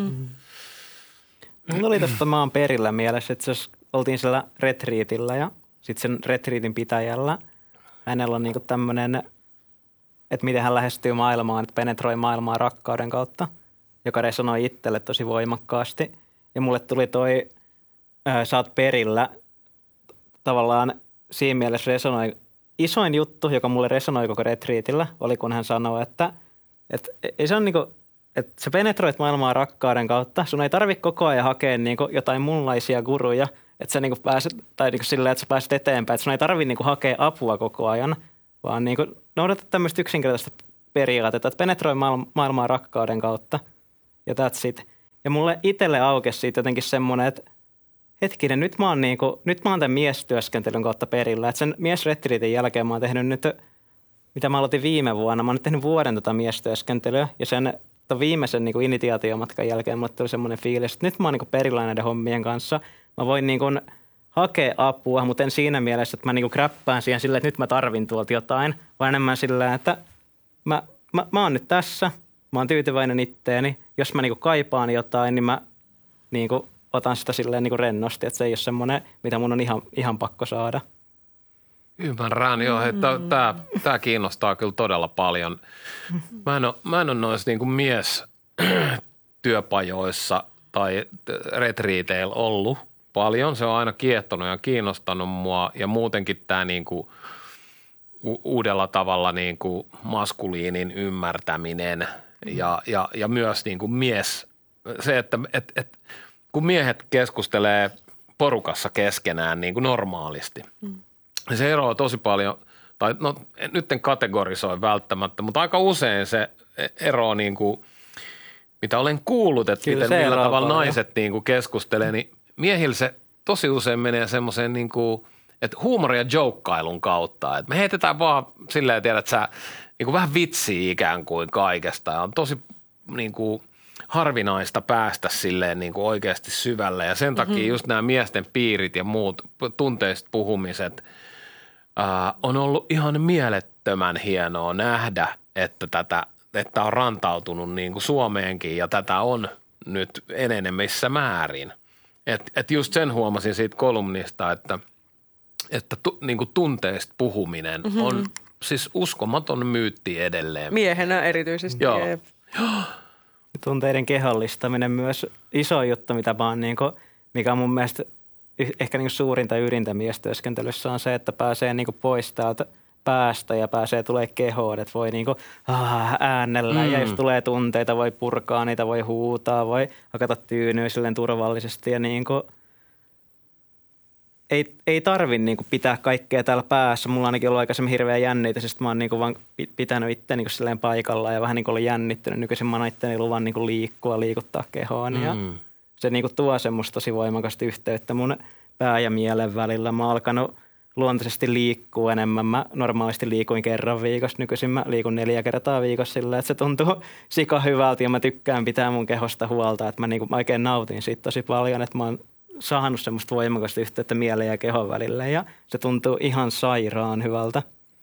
Mulla oli tästä maan perillä mielessä, että jos oltiin siellä retriitillä ja sitten sen retriitin pitäjällä, hänellä on niinku tämmöinen, että miten hän lähestyy maailmaan, että penetroi maailmaa rakkauden kautta, joka resonoi itselle tosi voimakkaasti. Ja mulle tuli toi, sä oot perillä, tavallaan siinä mielessä resonoi. Isoin juttu, joka mulle resonoi koko retriitillä, oli kun hän sanoi, että ei se on niinku, että sä penetroit maailmaa rakkauden kautta. Sun ei tarvitse koko ajan hakea niinku jotain muunlaisia guruja, että sä niinku pääset, tai niinku silleen, että sä pääset eteenpäin. Että sun ei tarvitse niinku hakea apua koko ajan, vaan niinku noudata tämmöistä yksinkertaista periaatetta, että penetroi maailmaa rakkauden kautta. Ja that's it. Ja mulle itselle aukesi siitä jotenkin semmoinen, että hetkinen, nyt mä oon tämän miestyöskentelyn kautta perillä. Että sen miesretriitin jälkeen mä oon tehnyt nyt, mitä mä aloitin viime vuonna. Mä oon nyt tehnyt vuoden miestyöskentelyä ja sen viimeisen niin kuin initiaatiomatkan jälkeen mulle tuli semmoinen fiilis, että nyt mä oon niin kuin perillä näiden hommien kanssa. Mä voin niin kuin hakea apua, mutta en siinä mielessä, että mä niin kuin kräppään siihen silleen, että nyt mä tarvin tuolta jotain, vaan enemmän silleen, että mä oon nyt tässä, mä oon tyytyväinen itteeni. Jos mä niin kuin kaipaan jotain, niin mä niin kuin otan sitä silleen niin kuin rennosti, että se ei ole semmoinen, mitä mun on ihan pakko saada. Ymmärrän, joo. Tämä kiinnostaa kyllä todella paljon. Mä en ole noissa niin kuin miestyöpajoissa tai retriiteillä ollut paljon. Se on aina kiehtonut ja kiinnostanut mua ja muutenkin tämä niin kuin uudella tavalla niin kuin maskuliinin ymmärtäminen ja myös niin kuin mies. Se, että kun miehet keskustelee porukassa keskenään niin kuin normaalisti, se eroaa tosi paljon, tai no nyt en kategorisoi välttämättä, mutta aika usein se ero niin kuin, mitä olen kuullut, että millä tavalla naiset niin kuin keskustelee, niin miehillä se tosi usein menee semmoiseen niin kuin, että huumorin ja joukkailun kautta, että me heitetään vaan silleen, tiedät sä, niin kuin vähän vitsiä ikään kuin kaikesta ja on tosi niin kuin harvinaista päästä silleen niin kuin oikeasti syvälle ja sen takia just nämä miesten piirit ja muut tunteista puhumiset on ollut ihan mielettömän hienoa nähdä, että että on rantautunut niin kuin Suomeenkin ja tätä on nyt enenevissä määrin. Et just sen huomasin siitä kolumnista, että niin kuin tunteista puhuminen on siis uskomaton myytti edelleen. Miehenä erityisesti. Joo. Tunteiden kehollistaminen myös iso juttu, mitä vaan mikä on mun mielestä ehkä suurinta ydintä miestyöskentelyssä on se, että pääsee pois täältä päästä ja pääsee tulee kehoon, että voi äänellä ja jos tulee tunteita, voi purkaa niitä, voi huutaa, voi hakata tyynyä silleen turvallisesti ja ei tarvi pitää kaikkea täällä päässä. Mulla on ainakin ollut aikaisemmin hirveä jännitys, mä oon vaan pitänyt itteni silleen paikallaan ja vähän ollut jännittynyt. Nykyisin mä oon itteni luvan liikuttaa kehoon ja se tuo semmoista tosi voimakasta yhteyttä mun pää ja mielen välillä. Mä oon alkanut luontaisesti liikkua enemmän. Mä normaalisti liikuin kerran viikossa. Nykyisin mä liikun 4 kertaa viikossa silleen, että se tuntuu sika hyvältä ja mä tykkään pitää mun kehosta huolta. Että mä oikein nautin siitä tosi paljon, että mä oon saanut semmoista voimakasta yhteyttä mielen ja kehon välille ja se tuntuu ihan sairaan hyvältä.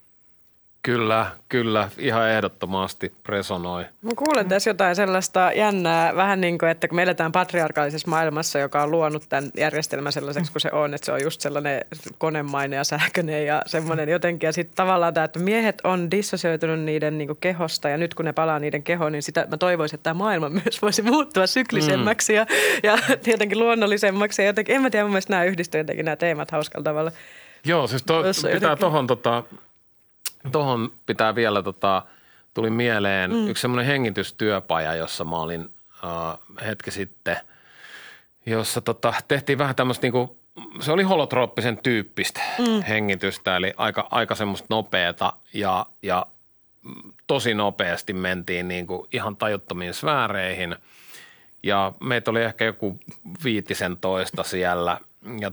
Kyllä, ihan ehdottomasti resonoi. Mä kuulen tässä jotain sellaista jännää, vähän niin kuin, että kun me eletään patriarkaalisessa maailmassa, joka on luonut tämän järjestelmän sellaiseksi kuin se on, että se on just sellainen konemainen ja sähköinen ja semmoinen jotenkin. Ja sitten tavallaan tämä, että miehet on dissosioitunut niiden niin kuin kehosta ja nyt kun ne palaa niiden kehoon, niin sitä mä toivoisin, että tämä maailma myös voisi muuttua syklisemmäksi ja jotenkin luonnollisemmaksi. Ja jotenkin, en mä tiedä, mun mielestä nämä yhdistyy jotenkin nämä teemat hauskalla tavalla. Joo, siis pitää Tuohon pitää vielä, tuli mieleen yksi semmoinen hengitystyöpaja, jossa mä olin hetki sitten, jossa tehtiin vähän tämmöistä niinku, se oli holotrooppisen tyyppistä hengitystä, eli aika semmoista nopeata ja tosi nopeasti mentiin niinku ihan tajuttomiin sfääreihin ja meitä oli ehkä joku 15 siellä ja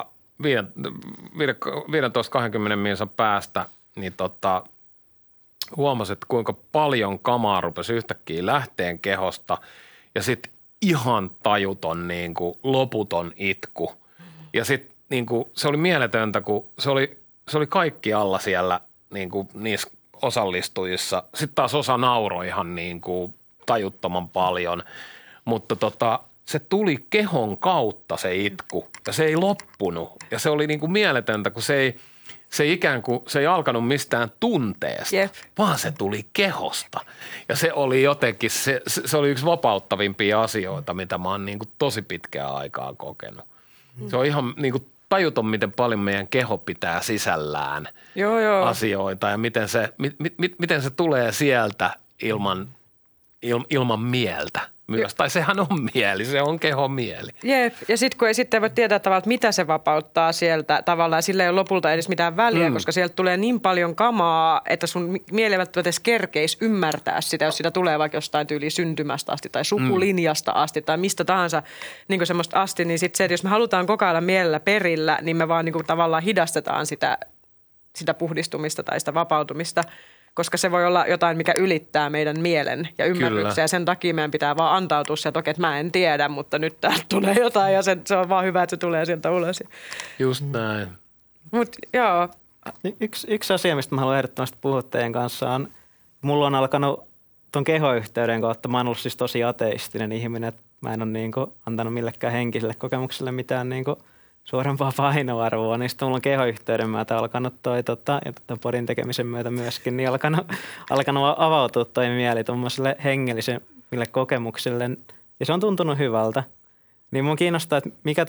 15-20 minsan päästä niin huomasin, että kuinka paljon kamaa rupesi yhtäkkiä lähteen kehosta ja sitten ihan tajuton niin kuin loputon itku. Ja sitten niin kuin, se oli mieletöntä, kun se oli kaikki alla siellä niin kuin niissä osallistujissa. Sitten taas osa nauroi ihan niin kuin tajuttoman paljon, mutta se tuli kehon kautta se itku ja se ei loppunut. Ja se oli niin kuin mieletöntä, kun se ei alkanut mistään tunteesta, vaan se tuli kehosta. Ja se oli jotenkin, se oli yksi vapauttavimpia asioita, mitä mä oon niin kuin tosi pitkää aikaa kokenut. Se on ihan niin kuin tajuton, miten paljon meidän keho pitää sisällään asioita ja miten se tulee sieltä ilman mieltä. Myös. Tai sehän on mieli, se on kehon mieli. Jep, ja sitten kun ei sitten voi tietää tavallaan, että mitä se vapauttaa sieltä tavallaan, sillä ei ole lopulta edes mitään väliä, koska sieltä tulee niin paljon kamaa, että sun mieli ei välttämättä edes kerkeisi ymmärtää sitä, jos sitä tulee vaikka jostain tyyliin syntymästä asti tai sukulinjasta asti tai mistä tahansa niin kuin semmoista asti, niin sitten se, että jos me halutaan koko ajan mielellä perillä, niin me vaan niin kuin tavallaan hidastetaan sitä puhdistumista tai sitä vapautumista. koska se voi olla jotain, mikä ylittää meidän mielen ja ymmärryksen. Kyllä. Ja sen takia meidän pitää vaan antautua se, että okei, että mä en tiedä, mutta nyt täältä tulee jotain ja se on vaan hyvä, että se tulee sieltä ulos. Just näin. Mutta joo. Yksi asia, mistä mä haluan ehdottomasti puhua teidän kanssa on, mulla on alkanut tuon kehoyhteyden kautta, mä oon ollut siis tosi ateistinen ihminen, että mä en ole niinku antanut millekään henkiselle kokemukselle mitään niinku suurempaa painoarvoa, niin sitten mulla on kehoyhteyden myötä alkanut ja podin tekemisen myötä myöskin, niin alkanut avautua toi mieli tuommoiselle hengellisille kokemuksille, ja se on tuntunut hyvältä. Niin mun kiinnostaa, että mikä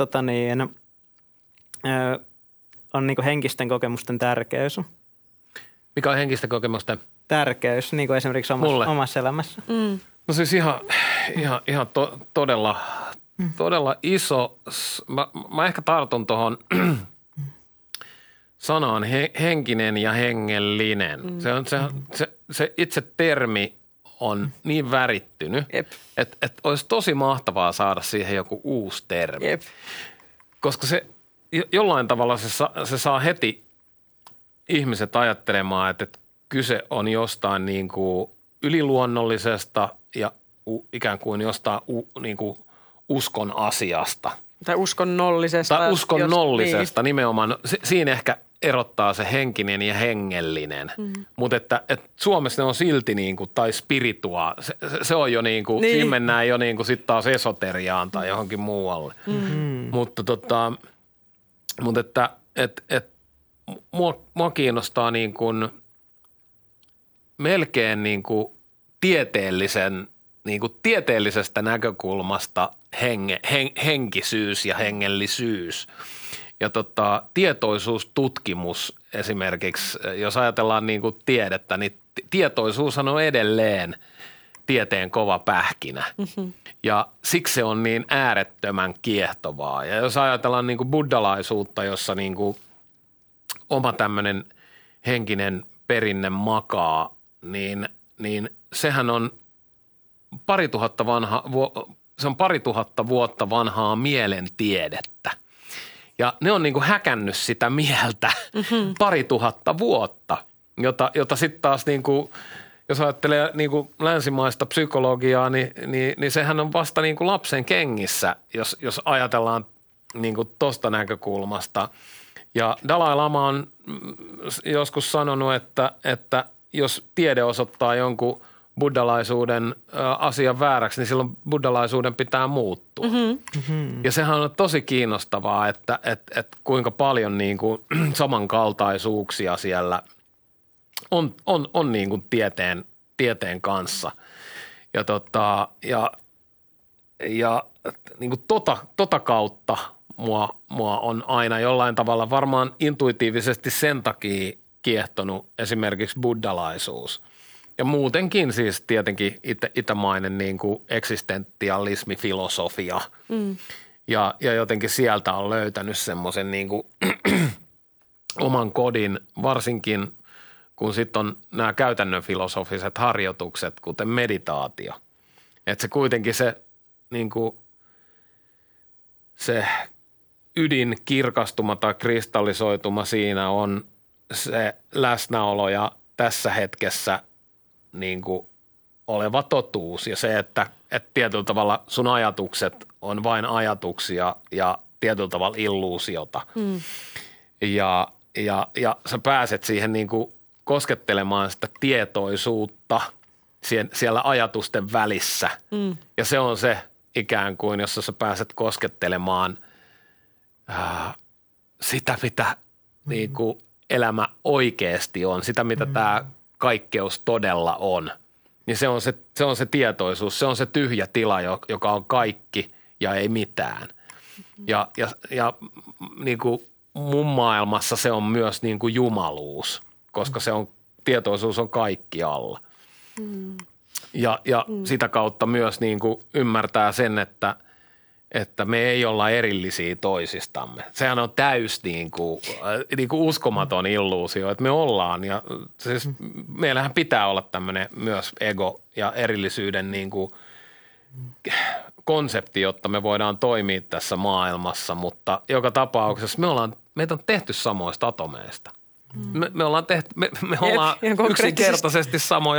on niinku henkisten kokemusten tärkeys. Mikä on henkisten kokemusten? Tärkeys, niin kuin esimerkiksi omassa elämässä. No siis ihan todella iso. Mä ehkä tartun tuohon sanaan henkinen ja hengellinen. Se itse termi on niin värittynyt, että olisi tosi mahtavaa saada siihen joku uusi termi. Jep. Koska se jollain tavalla se saa heti ihmiset ajattelemaan, että kyse on jostain niin kuin yliluonnollisesta ja ikään kuin jostain niin kuin uskon asiasta. Tai uskonnollisesta. Tai uskonnollisesta nimenomaan. Siinä ehkä erottaa se henkinen ja hengellinen. Mutta että Suomessa ne on silti niin kuin, tai spiritua. Se on jo niin kuin, siinä mennään jo niin kuin sitten taas esoteriaan tai johonkin muualle. Mutta mua kiinnostaa niin kuin melkein niin kuin tieteellisestä näkökulmasta henkisyys ja hengellisyys. Ja tietoisuustutkimus esimerkiksi, jos ajatellaan niin kuin tiedettä, niin tietoisuushan on edelleen tieteen kova pähkinä. Ja siksi se on niin äärettömän kiehtovaa. Ja jos ajatellaan niin kuin buddhalaisuutta, jossa niin kuin oma tämmöinen henkinen perinne makaa, niin sehän on pari tuhatta vuotta vanhaa mielentiedettä. Ja ne on niin kuin häkännyt sitä mieltä 2000 vuotta, jota sitten taas niin kuin, jos ajattelee niin kuin länsimaista psykologiaa, niin sehän on vasta niin kuin lapsen kengissä, jos ajatellaan niin kuin tosta näkökulmasta. Ja Dalai Lama on joskus sanonut, että jos tiede osoittaa jonkun buddhalaisuuden asian vääräksi, niin silloin buddhalaisuuden pitää muuttua. Ja sehän on tosi kiinnostavaa, että kuinka paljon niin kuin samankaltaisuuksia siellä on niin kuin tieteen kanssa. Ja niin kuin tota kautta mua on aina jollain tavalla varmaan intuitiivisesti sen takia kiehtonut esimerkiksi buddhalaisuus. Ja muutenkin siis tietenkin itämainen niin kuin eksistentialismifilosofia. Ja jotenkin sieltä on löytänyt semmoisen niin kuin oman kodin, varsinkin kun sitten on nämä käytännön filosofiset harjoitukset, kuten meditaatio. Että se kuitenkin se niin kuin se ydin kirkastuma tai kristallisoituma siinä on se läsnäolo ja tässä hetkessä niin kuin oleva totuus ja se, että tietyllä tavalla sun ajatukset on vain ajatuksia ja tietyllä tavalla illuusiota. Ja sä pääset siihen niin kuin koskettelemaan sitä tietoisuutta siellä ajatusten välissä. Ja se on se ikään kuin, jossa sä pääset koskettelemaan sitä, mitä niin kuin elämä oikeasti on, sitä, mitä tämä kaikkeus todella on. Niin se on se tietoisuus, se on se tyhjä tila, joka on kaikki ja ei mitään. Ja niin kuin mun maailmassa se on myös niin kuin jumaluus, koska tietoisuus on kaikkialla. Ja sitä kautta myös niin kuin ymmärtää sen, että me ei olla erillisiä toisistamme. Sehän on täys niin kuin uskomaton illuusio, että me ollaan. Ja siis meillähän pitää olla tämmöinen myös ego ja erillisyyden niin kuin konsepti, jotta me voidaan toimia tässä maailmassa. Mutta joka tapauksessa meitä on tehty samoista atomeista. Me ollaan me ollaan yksinkertaisesti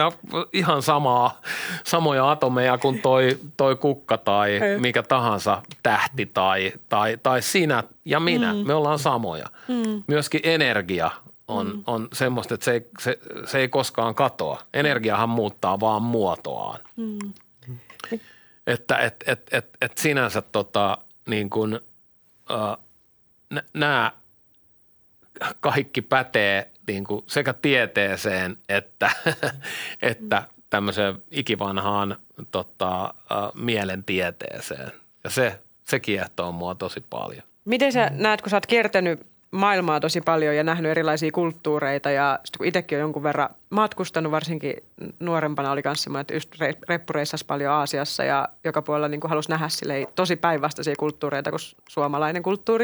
samoja atomeja kuin toi kukka tai mikä tahansa tähti tai sinä ja minä. Me ollaan samoja. Myöskin energia on semmoista, että se ei koskaan katoa. Energiahan muuttaa vaan muotoaan. Että sinänsä niin kuin nämä kaikki pätee niin kuin sekä tieteeseen että tämmöiseen ikivanhaan mielentieteeseen. Ja se kiehtoo mua tosi paljon. Miten sä näet, kun sä oot kiertänyt maailmaa tosi paljon ja nähnyt erilaisia kulttuureita ja sitten kun itsekin on jonkun verran matkustanut, varsinkin nuorempana oli kanssa semmoinen, että just reppureissasi paljon Aasiassa ja joka puolella niin kuin halusi nähdä silleen tosi päinvastaisia kulttuureita kuin suomalainen kulttuuri.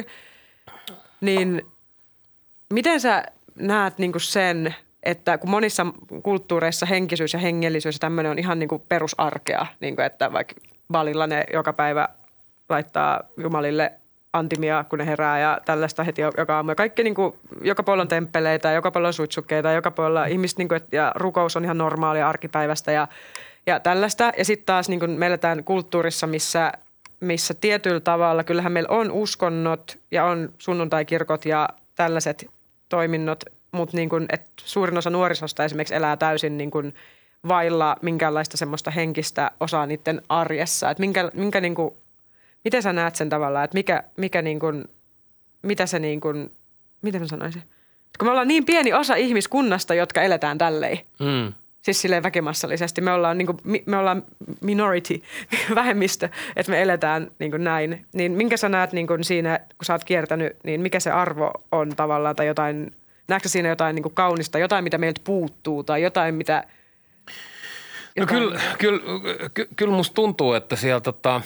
Niin miten sä näet niin kuin sen, että kun monissa kulttuureissa henkisyys ja hengellisyys ja tämmöinen on ihan niin kuin perusarkea, niin kuin että vaikka Balilla ne joka päivä laittaa jumalille antimia, kun ne herää ja tällaista heti joka aamu. Ja kaikki niin kuin, joka puolella on temppeleitä, joka puolella on suitsukkeita, joka puolella ihmiset niin kuin, ja rukous on ihan normaalia arkipäivästä ja tällaista. Ja sitten taas niin kuin me eletään kulttuurissa, missä tietyllä tavalla, kyllähän meillä on uskonnot ja on sunnuntaikirkot ja tällaiset toiminnot, mutta niin kuin, että suurin osa nuorisosta esimerkiksi elää täysin niin kuin vailla minkäänlaista semmoista henkistä osaa niiden arjessa. Että minkä niin kuin, miten sä näet sen tavallaan, että mikä niin kuin, mitä se niin kuin, miten mä sanoisin? Kun me ollaan niin pieni osa ihmiskunnasta, jotka eletään tälleen. Siis silleen väkimassallisesti. Me ollaan, niin kuin, me ollaan minority, vähemmistö, että me eletään niin kuin näin. Niin minkä sä näet niin kuin siinä, kun sä oot kiertänyt, niin mikä se arvo on tavallaan tai jotain, näetkö siinä jotain niin kuin kaunista, jotain mitä meiltä puuttuu tai jotain mitä... Jotain, no kyllä musta tuntuu, että siellä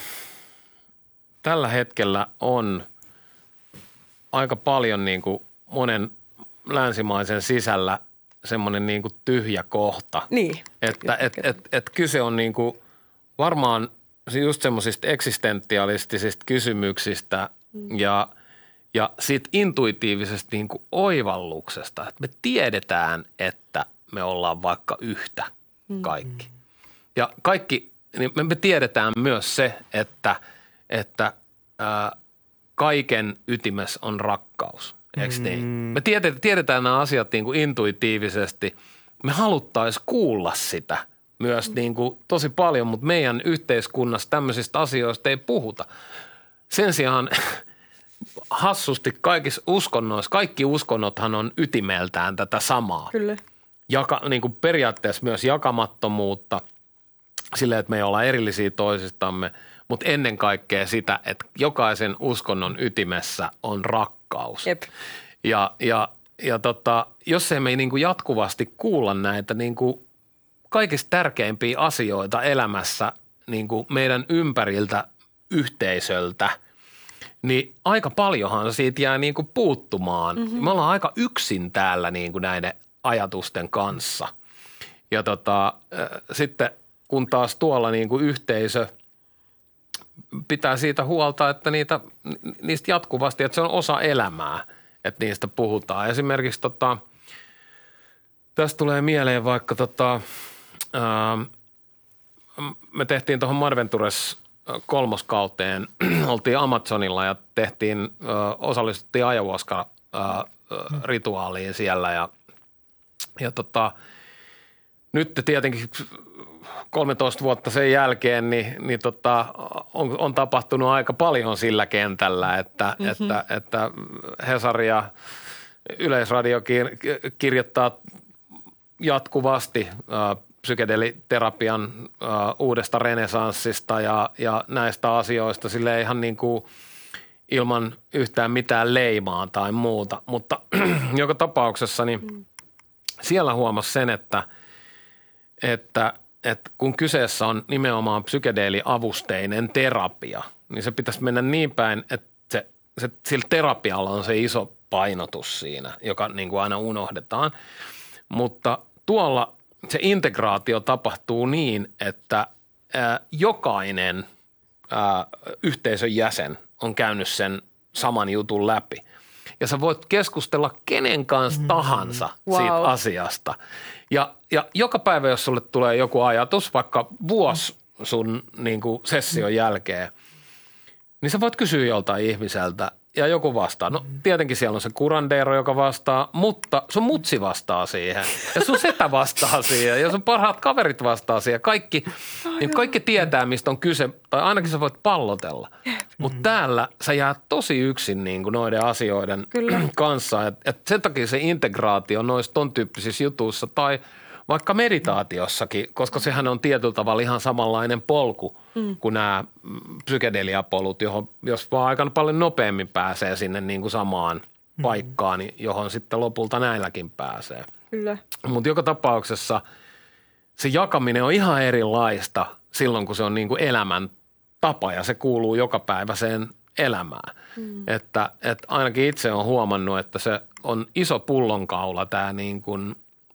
tällä hetkellä on aika paljon niin kuin monen länsimaisen sisällä semmoinen niin kuin tyhjä kohta. Niin. Että kyse on niin kuin varmaan just semmoisista eksistentialistisista kysymyksistä ja siitä intuitiivisesta niin kuin oivalluksesta, että me tiedetään, että me ollaan vaikka yhtä kaikki. Ja kaikki, niin me tiedetään myös se, että kaiken ytimessä on rakkaus. Eikö niin? Me tiedetään nämä asiat niin kuin intuitiivisesti. Me haluttaisiin kuulla sitä myös niin kuin tosi paljon, mutta meidän yhteiskunnassa tämmöisistä asioista ei puhuta. Sen sijaan hassusti kaikissa uskonnoissa, kaikki uskonnothan on ytimeltään tätä samaa. Kyllä. Niin kuin periaatteessa myös jakamattomuutta silleen, että me ei olla erillisiä toisistamme, mutta ennen kaikkea sitä, että jokaisen uskonnon ytimessä on rakkaus. Jep. Ja jos ei me niin kuin jatkuvasti kuulla näitä niin kuin kaikista tärkeimpiä asioita elämässä niin kuin meidän ympäriltä yhteisöltä, niin aika paljonhan siitä jää niin kuin puuttumaan. Me ollaan aika yksin täällä niin kuin näiden ajatusten kanssa. Ja sitten kun taas tuolla niin kuin yhteisö pitää siitä huolta, että niistä jatkuvasti, että se on osa elämää, että niistä puhutaan. Esimerkiksi tästä tulee mieleen vaikka me tehtiin tuohon Madventures 3. kauteen, oltiin Amazonilla ja osallistuttiin ayahuasca-rituaaliin siellä ja nyt tietenkin 13 vuotta sen jälkeen niin on tapahtunut aika paljon sillä kentällä, että Hesari ja Yleisradio kirjoittaa jatkuvasti psykedeliterapian uudesta renesanssista ja näistä asioista sille ihan niin kuin ilman yhtään mitään leimaa tai muuta. Mutta joka tapauksessa niin siellä huomasi sen, että kun kyseessä on nimenomaan psykedeeliavusteinen terapia, niin se pitäisi mennä niin päin, että sillä terapialla on se iso painotus siinä, joka niin kuin aina unohdetaan. Mutta tuolla se integraatio tapahtuu niin, että jokainen yhteisön jäsen on käynyt sen saman jutun läpi. ja sä voit keskustella kenen kanssa tahansa siitä asiasta. Ja joka päivä, jos sulle tulee joku ajatus, vaikka vuosi sun niin kuin session jälkeen, niin sä voit kysyä joltain ihmiseltä ja joku vastaa. No tietenkin siellä on se kurandero, joka vastaa, mutta sun mutsi vastaa siihen ja sun setä vastaa siihen ja sun parhaat kaverit vastaa siihen. Kaikki tietää, mistä on kyse, tai ainakin sä voit pallotella. Mutta täällä sä jäät tosi yksin niin kuin noiden asioiden kanssa. Et sen takia se integraatio noissa ton tyyppisissä jutuissa tai vaikka meditaatiossakin, koska sehän on tietyllä tavalla ihan samanlainen polku kuin nämä psykedeliapolut, jos vaan aika paljon nopeammin pääsee sinne niin kuin samaan paikkaan, niin johon sitten lopulta näilläkin pääsee. Kyllä. Mutta joka tapauksessa se jakaminen on ihan erilaista silloin, kun se on niin kuin elämän tapa ja se kuuluu jokapäiväiseen elämään. Että ainakin itse olen huomannut, että se on iso pullonkaula tämä niin kuin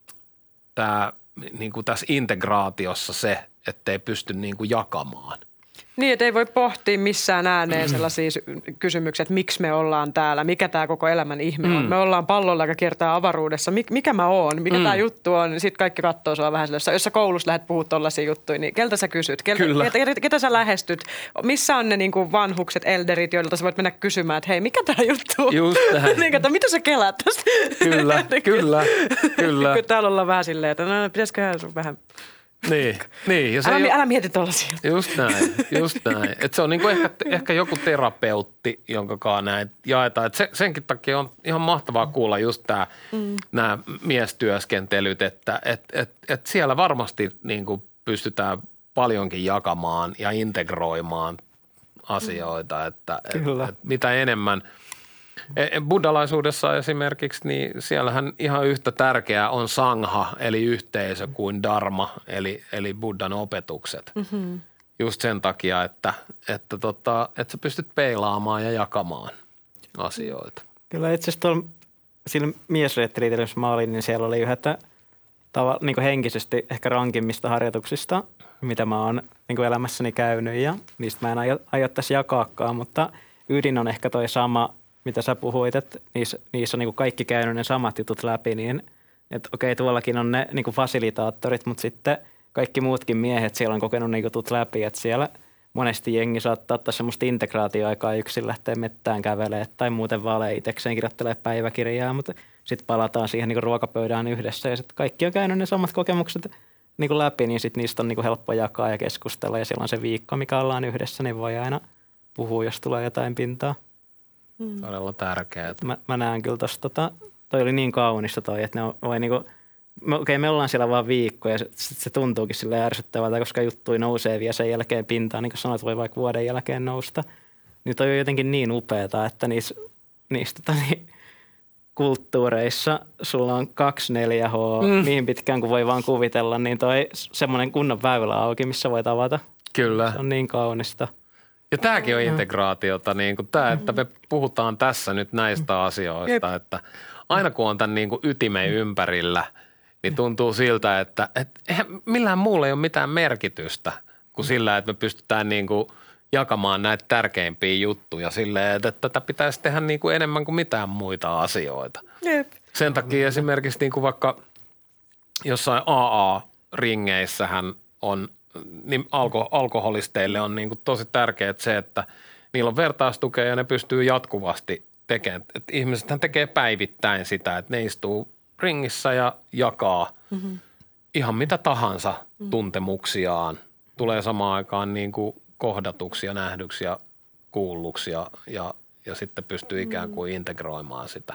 tässä integraatiossa se, ettei pysty niin kuin jakamaan. Niin, että ei voi pohtia missään ääneen sellaisia kysymyksiä, että miksi me ollaan täällä, mikä tämä koko elämän ihme on. Me ollaan pallolla, joka kiertää avaruudessa. Mikä mä oon? Mikä tämä juttu on? Sitten kaikki katsoo sua vähän sellaista. Jos sä koulussa lähdet puhua tollaisia juttuja, niin keltä sä kysyt? Ketä sä lähestyt? Missä on ne niin kuin vanhukset, elderit, joilta sä voit mennä kysymään, että hei, mikä tämä juttu on? Just näin. Mitä sä kelaat tästä? Kyllä. Kun täällä ollaan vähän silleen, että no, pitäisiköhän sun vähän... Niin. Ja älä mieti tollaisia. Just näin. Että se on niinku ehkä joku terapeutti, jonka kanssa näin jaetaan. Et senkin takia on ihan mahtavaa kuulla just nämä miestyöskentelyt, että et siellä varmasti niinku pystytään paljonkin jakamaan ja integroimaan asioita, että mitä enemmän – buddhalaisuudessa esimerkiksi, niin siellähän ihan yhtä tärkeää on sangha, eli yhteisö, kuin dharma, eli buddhan opetukset. Just sen takia, että sä pystyt peilaamaan ja jakamaan asioita. Kyllä itse asiassa sillä miesretriitillä, jos mä olin, niin siellä oli yhtä niin henkisesti ehkä rankimmista harjoituksista, mitä mä oon niin elämässäni käynyt, ja niistä mä en aio tässä jakaakaan, mutta ydin on ehkä toi sama, mitä sä puhuit, että niissä on niin kuin kaikki käynyt ne samat jutut läpi, niin että okei, tuollakin on ne niin kuin fasilitaattorit, mutta sitten kaikki muutkin miehet siellä on kokenut ne jutut läpi, että siellä monesti jengi saattaa ottaa semmoista integraatioaikaa yksin lähteä mettään kävelemään tai muuten vaan itsekseen kirjoittelee päiväkirjaa, mutta sitten palataan siihen niin kuin ruokapöydään yhdessä ja sitten kaikki on käynyt ne samat kokemukset niin kuin läpi, niin sitten niistä on niin kuin helppo jakaa ja keskustella ja silloin se viikko, mikä ollaan yhdessä, niin voi aina puhua, jos tulee jotain pintaa. Todella tärkeää. Mä näen kyllä tosta, toi oli niin kaunista toi, että ne voi niinku, me ollaan siellä vaan viikko ja se tuntuukin sille ärsyttävältä, koska juttui nousee vielä sen jälkeen pintaan, niin kuin sanoit, voi vaikka vuoden jälkeen nousta. Niin toi on jotenkin niin upeata, että niissä kulttuureissa sulla on 2 4H niin pitkään kuin voi vaan kuvitella, niin toi semmoinen kunnon väylä auki, missä voi tavata. Kyllä. Se on niin kaunista. Ja tämäkin on integraatiota, niin kuin tämä, että me puhutaan tässä nyt näistä asioista, että aina kun on tämän niin kuin ytimen ympärillä, niin tuntuu siltä, että millään muulla ei ole mitään merkitystä kuin sillä, että me pystytään niin kuin jakamaan näitä tärkeimpiä juttuja silleen, että tätä pitäisi tehdä niin kuin enemmän kuin mitään muita asioita. Jep. Sen takia esimerkiksi niin kuin vaikka jossain AA-ringeissähän on niin alkoholisteille on niin kuin tosi tärkeää se, että niillä on vertaistukea ja ne pystyy jatkuvasti tekemään. Että ihmisethän tekee päivittäin sitä, että ne istuu ringissä ja jakaa ihan mitä tahansa tuntemuksiaan. Tulee samaan aikaan niin kuin kohdatuksi ja nähdyksi ja kuulluksi ja sitten pystyy ikään kuin integroimaan sitä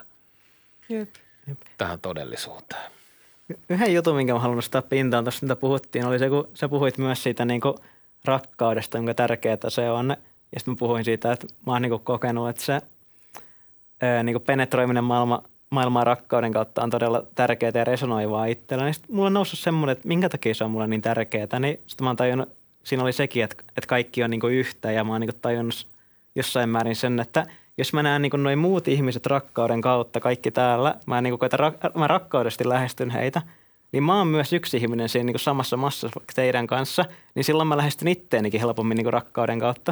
tähän todellisuuteen. Yhden jutun, minkä mä haluan nostaa pintaan tuossa, mitä puhuttiin, oli se, kun sä puhuit myös siitä niin kuin rakkaudesta, jonka tärkeää se on. Ja sitten mä puhuin siitä, että mä oon niin kuin kokenut, että se niin kuin penetroiminen maailmaa rakkauden kautta on todella tärkeää ja resonoivaa itsellä. Niin sitten mulla on noussut semmoinen, että minkä takia se on mulle niin tärkeää. Niin sitten mä oon tajunnut, siinä oli sekin, että kaikki on niin kuin yhtä ja mä oon niin kuin tajunnut jossain määrin sen, että jos mä näen niin kuin noi muut ihmiset rakkauden kautta, kaikki täällä, mä rakkaudesti lähestyn heitä, niin mä oon myös yksi ihminen siinä niin kuin samassa massassa teidän kanssa, niin silloin mä lähestyn itteenikin helpommin niin kuin rakkauden kautta.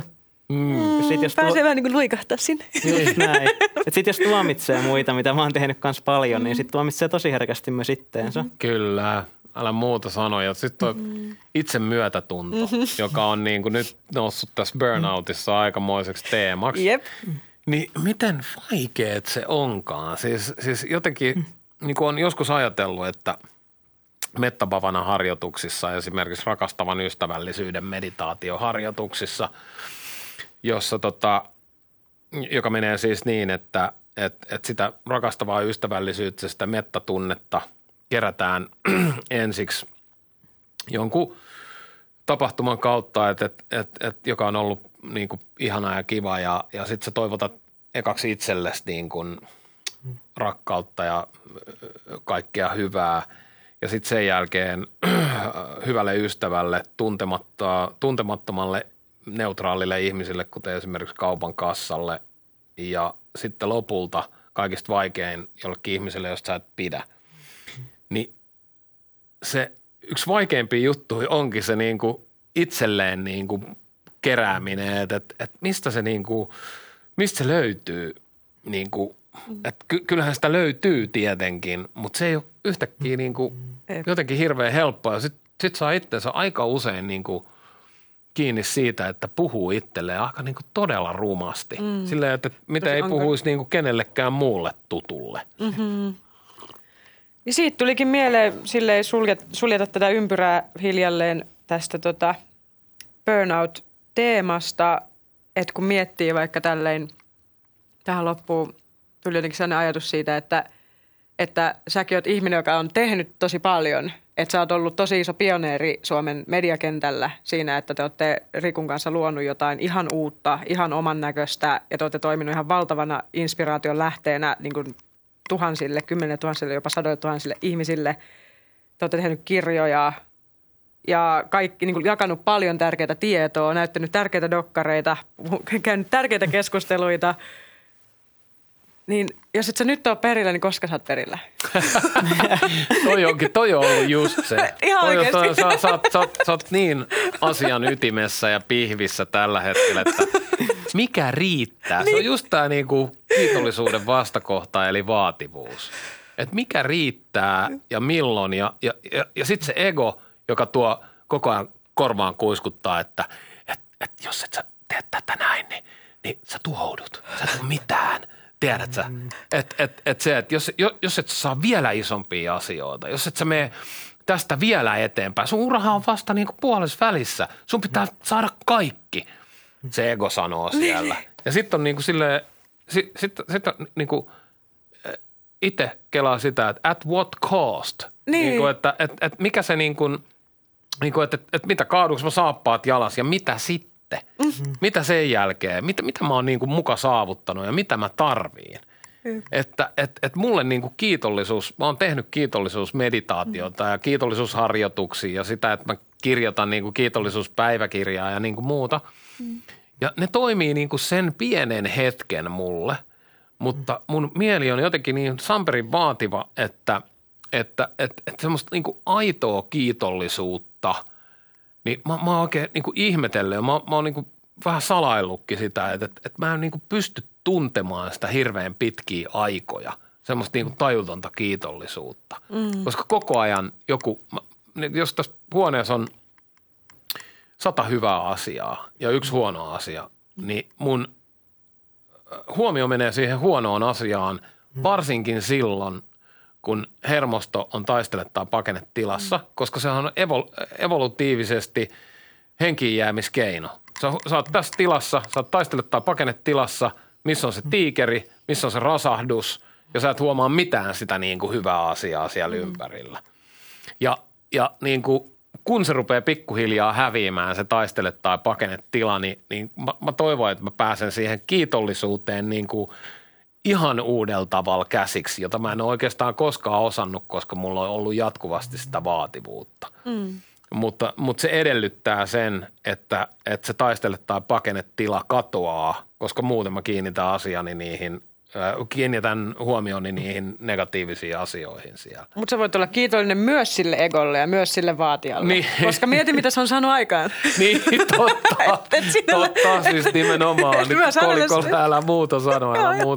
Pääsee vähän niin kuin luikahtaa sinne. Just näin. Sitten jos tuomitsee muita, mitä mä oon tehnyt kanssa paljon, niin sitten tuomitsee tosi herkästi myös itteensä. Kyllä, älä muuta sanoa. Sitten on itse myötätunto, joka on niin kuin nyt noussut tässä burnoutissa aikamoiseksi teemaksi. Jep. Niin miten vaikeet se onkaan? Siis jotenkin niin kuin on joskus ajatellut, että Metta-Bhavana harjoituksissa, esimerkiksi rakastavan ystävällisyyden meditaatioharjoituksissa, jossa joka menee siis niin, että sitä rakastavaa ystävällisyyttä, sitä mettatunnetta kerätään ensiksi jonkun tapahtuman kautta, joka on ollut niin kuin ihanaa ja kiva ja sitten sä toivotat ekaksi itsellesi niin kuin rakkautta ja kaikkea hyvää. Ja sitten sen jälkeen hyvälle ystävälle, tuntemattomalle, neutraalille ihmisille, kuten esimerkiksi kaupan kassalle. Ja sitten lopulta kaikista vaikein jollekin ihmiselle, josta sä et pidä. Niin se yksi vaikeimpia juttuja onkin se niinku itselleen niinku kerääminen, että mistä se löytyy niinku. Että kyllähän sitä löytyy tietenkin, mutta se ei ole yhtäkkiä niinku jotenkin hirveän helppoa. Ja sit saa itsensä aika usein niinku kiinni siitä, että puhuu itselleen aika niinku todella rumasti. Silleen, että mitä ei puhuisi niinku kenellekään muulle tutulle. Mm-hmm. Ja siitä tulikin mieleen silleen suljeta tätä ympyrää hiljalleen tästä burnout-teemasta, että kun miettii vaikka tälleen tähän loppuun, tuli jotenkin sellainen ajatus siitä, että säkin oot ihminen, joka on tehnyt tosi paljon. Että sä oot ollut tosi iso pioneeri Suomen mediakentällä siinä, että te olette Rikun kanssa luonut jotain ihan uutta, ihan oman näköistä ja te olette toiminut ihan valtavana inspiraation lähteenä niin kuin tuhansille, 10 000, jopa 100 000 ihmisille. Te olette tehnyt kirjoja ja kaikki, niin kuin jakanut paljon tärkeää tietoa, näyttänyt tärkeitä dokkareita, käynyt tärkeitä keskusteluita. Niin jos et sä nyt ole perillä, niin koska sä oot perillä? Toi on ollut just se. Ihan oikeasti. Sä oot niin asian ytimessä ja pihvissä tällä hetkellä, että mikä riittää? Se on just tää niinku kiitollisuuden vastakohta eli vaativuus. Että mikä riittää ja milloin ja sitten se ego, joka tuo koko ajan korvaan kuiskuttaa, että jos et sä tee tätä näin, niin sä tuhoudut. Sä et ole mitään. Tiedät sä? Että jos et saa vielä isompia asioita, jos et sä mene tästä vielä eteenpäin, sun urahan on vasta niinku puolessa välissä. Sun pitää saada kaikki, se ego sanoo siellä. Ja sitten on niinku silleen, sitten niinku itse kelaa sitä, että at what cost? Niin. Niinku, että mikä se niinku että mitä kaaduks mä saappaat jalas ja mitä sitten? Mitä sen jälkeen? Mitä mä oon niinku muka saavuttanut ja mitä mä tarviin? Että mulle niinku kiitollisuus, mä oon tehnyt kiitollisuusmeditaatiota ja kiitollisuusharjoituksia ja sitä, että mä kirjoitan niinku kiitollisuuspäiväkirjaa ja niinku muuta. Ja ne toimii niinku sen pienen hetken mulle, mutta mun mieli on jotenkin niin samperin vaativa, että semmoista niinku aitoa kiitollisuutta – niin mä oon oikein niinku ihmetellyt ja mä oon niinku vähän salaillutkin sitä, että mä en niinku pysty tuntemaan sitä hirveän pitkiä aikoja, semmoista niinku tajutonta kiitollisuutta. Koska koko ajan jos tässä huoneessa on 100 hyvää asiaa ja 1 huono asia, niin mun huomio menee siihen huonoon asiaan varsinkin silloin, kun hermosto on taistele- tai pakenetilassa, koska se on evolutiivisesti henkiinjäämiskeino. Sä oot tässä tilassa, sä oot taistele- tai pakenetilassa, missä on se tiikeri, missä on se rasahdus, ja sä et huomaa mitään sitä niin kuin hyvää asiaa siellä ympärillä. Ja niin kuin, kun se rupeaa pikkuhiljaa häviämään se taistele- tai pakenetila, niin mä toivon, että mä pääsen siihen kiitollisuuteen niin kuin ihan uudella tavalla käsiksi, jota mä en ole oikeastaan koskaan osannut, koska mulla on ollut jatkuvasti sitä vaativuutta. Mutta se edellyttää sen, että se taistele- tai pakenetila katoaa, koska muuten mä kiinnitän asiani niihin kiinnitän huomioni niihin negatiivisiin asioihin siellä. Mutta sä voit olla kiitollinen myös sille egolle ja myös sille vaatijalle. Niin. Koska mieti, mitä se on saanut aikaan. Niin, totta. Totta, siis nimenomaan. Nyt kolikolla älä muuta sanoa.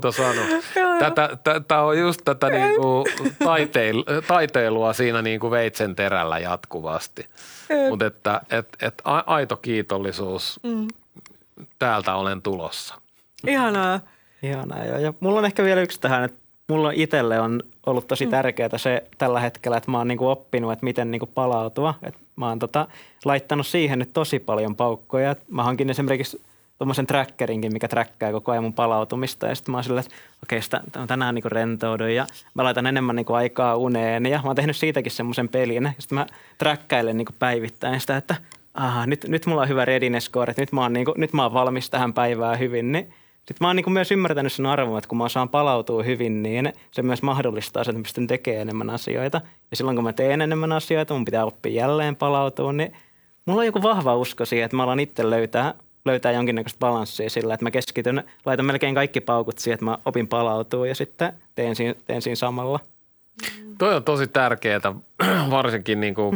Tämä on just tätä niinku taiteilua siinä niinku veitsen terällä jatkuvasti. Mutta että aito kiitollisuus, täältä olen tulossa. Ihanaa. Ihanaa, joo. Ja mulla on ehkä vielä yksi tähän, että mulla itselle on ollut tosi tärkeää se tällä hetkellä, että mä oon niinku oppinut, että miten niinku palautua. Et mä oon laittanut siihen nyt tosi paljon paukkoja. Mä hankin esimerkiksi tuommoisen trackerinkin, mikä trackkaa koko ajan mun palautumista. Ja sitten mä oon silleen, että okei, tänään niinku rentoudun ja mä laitan enemmän niinku aikaa uneen. Ja mä oon tehnyt siitäkin semmoisen pelin. Ja sitten mä trackkailen niinku päivittäin sitä, että nyt mulla on hyvä readiness score, että nyt mä oon valmis tähän päivään hyvin. Niin sitten mä oon niinku myös ymmärtänyt sen arvon, että kun mä saan palautua hyvin, niin se myös mahdollistaa sen, että mä pystyn tekemään enemmän asioita. Ja silloin kun mä teen enemmän asioita, mun pitää oppia jälleen palautua, niin mulla on joku vahva usko siihen, että mä alan itse löytää jonkinnäköistä balanssia sillä, että mä keskityn, laitan melkein kaikki paukut siihen, että mä opin palautua ja sitten teen siinä samalla. Toi on tosi tärkeää, varsinkin niinku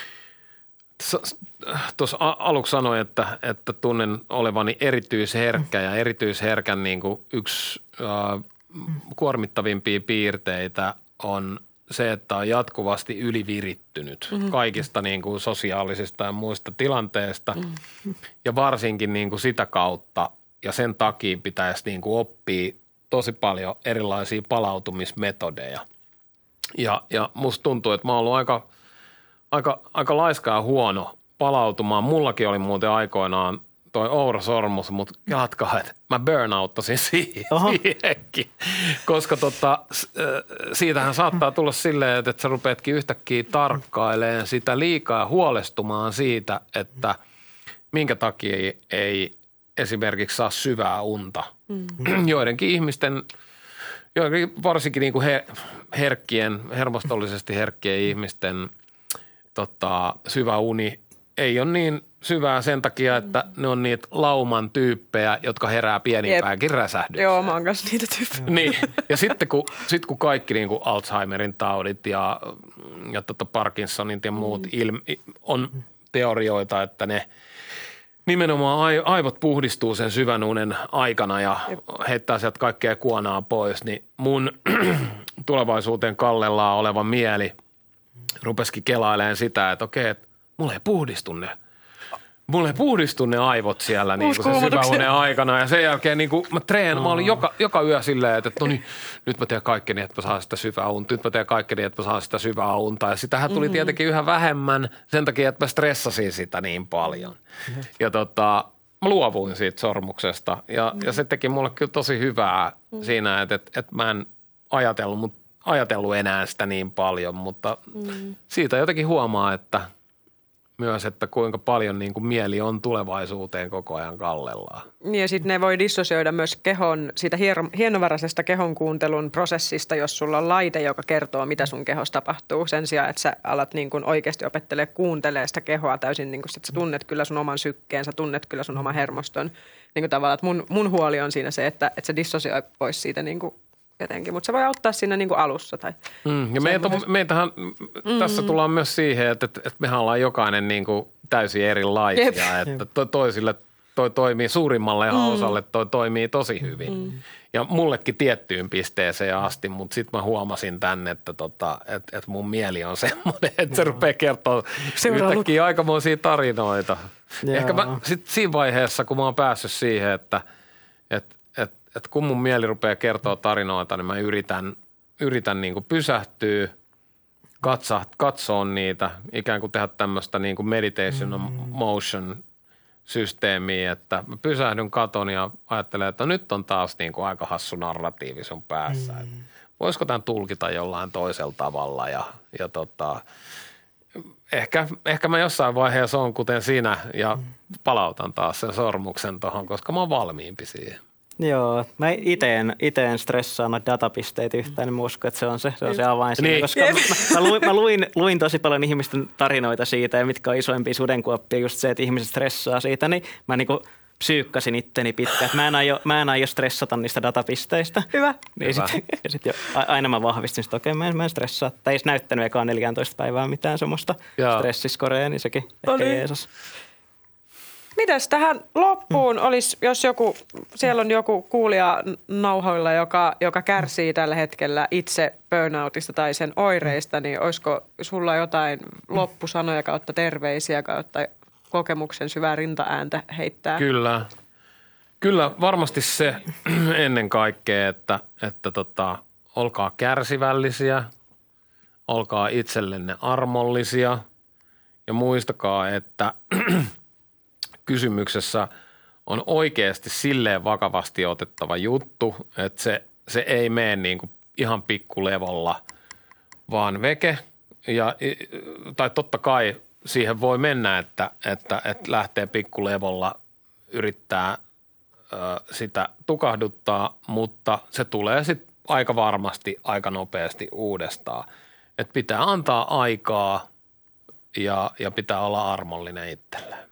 tuossa aluksi sanoin, että tunnen olevani erityisherkkä ja erityisherkän niin kuin yksi kuormittavimpia piirteitä on se, että on jatkuvasti ylivirittynyt kaikista niin kuin sosiaalisista ja muista tilanteista ja varsinkin niin kuin sitä kautta ja sen takia pitäisi niin kuin oppia tosi paljon erilaisia palautumismetodeja ja musta tuntuu, että mä oon ollut aika laiska ja huono palautumaan. Mullakin oli muuten aikoinaan toi ourasormus, mutta jatkaa, että mä burnouttasin siihenkin. Koska siitähän saattaa tulla silleen, että sä rupeatkin yhtäkkiä tarkkailemaan sitä liikaa huolestumaan siitä, että minkä takia ei esimerkiksi saa syvää unta. Joidenkin ihmisten, varsinkin niin kuin hermostollisesti herkkien ihmisten syvä uni ei ole niin syvää sen takia, että ne on niitä lauman tyyppejä, jotka herää pienimpäänkin räsähdykseen. Joo, mä oon kanssa niitä tyyppejä. Niin, ja sitten kun kaikki niin kuin Alzheimerin taudit ja Parkinsonin ja muut on teorioita, että ne nimenomaan aivot puhdistuu sen syvän unen aikana ja heittää sieltä kaikkea kuonaa pois, niin mun tulevaisuuteen kallellaan oleva mieli rupesikin kelailemaan sitä, että okei, että mulla ei puhdistu ne aivot siellä niin kuin sen syvän unen aikana. Ja sen jälkeen niin kuin mä olin joka yö silleen, että no niin, nyt mä teen kaikkeni, että mä saan sitä syvää unta. Nyt mä teen kaikkeni, että mä saan sitä syvää unta. Ja sitähän tuli tietenkin yhä vähemmän sen takia, että mä stressasin sitä niin paljon. Ja mä luovuin siitä sormuksesta. Ja se teki mulle kyllä tosi hyvää siinä, että mä en ajatellut enää sitä niin paljon, mutta siitä jotenkin huomaa, että myös, että kuinka paljon niin kuin mieli on tulevaisuuteen koko ajan kallellaan. Ja sitten ne voi dissosioida myös siitä hienovaraisesta kehon kuuntelun prosessista, jos sulla on laite, joka kertoo, mitä sun kehossa tapahtuu. Sen sijaan, että sä alat niin kuin oikeasti kuuntelee sitä kehoa täysin, niin kuin, että sä tunnet kyllä sun oman sykkeen, sä tunnet kyllä sun oman hermoston. Niin kuin tavallaan, että mun huoli on siinä se, että se dissosioi pois siitä niin kuin jotenkin, mutta se voi auttaa siinä niin kuin alussa. Ja meitähän tässä tullaan myös siihen, että mehän ollaan jokainen niin kuin täysin erilaisia. Että toisille toi toimii, suurimmalle osalle toi toimii tosi hyvin. Ja mullekin tiettyyn pisteeseen asti, mutta sitten mä huomasin tänne, että mun mieli on semmoinen, että se rupeaa kertoa yhtäkkiä aikamoisia tarinoita. Ehkä mä sitten siinä vaiheessa, kun mä oon päässyt siihen, että kun mun mieli rupeaa kertoa tarinoita, niin mä yritän niin kuin pysähtyä, katsoa niitä, ikään kuin tehdä tämmöistä niin kuin meditation motion systeemiä, että mä pysähdyn, katon ja ajattelen, että nyt on taas niin kuin aika hassu narratiivi sun päässä. Voisiko tämän tulkita jollain toisella tavalla ja ehkä mä jossain vaiheessa on kuten sinä ja palautan taas sen sormuksen tuohon, koska mä oon valmiimpi siihen. Joo, mä itse en stressaa noita datapisteitä yhtään, niin mä uskon, että se on se avain siinä, niin. Koska mä luin tosi paljon ihmisten tarinoita siitä, ja mitkä on isoimpia sudenkuoppia, just se, että ihmiset stressaa siitä, niin mä niinku psyykkasin itteni pitkään. Mä en aio stressata niistä datapisteistä. Hyvä. Niin sit aina mä vahvistin, että okei, mä en stressaa. Tai ei näyttänyt ekaan 14 päivää mitään semmoista stressiskorea, niin sekin ehkä jeesus. Mitäs tähän loppuun olisi, jos siellä on joku kuulija nauhoilla, joka kärsii tällä hetkellä itse burnoutista tai sen oireista, niin olisiko sulla jotain loppusanoja kautta terveisiä kautta kokemuksen syvää rintaääntä heittää? Kyllä varmasti se ennen kaikkea, että olkaa kärsivällisiä, olkaa itsellenne armollisia ja muistakaa, että kysymyksessä on oikeasti silleen vakavasti otettava juttu, että se ei mene niin kuin ihan pikkulevolla, vaan veke. Tai totta kai siihen voi mennä, että lähtee pikkulevolla yrittää sitä tukahduttaa, mutta se tulee sitten aika varmasti aika nopeasti uudestaan. Että pitää antaa aikaa ja pitää olla armollinen itselleen.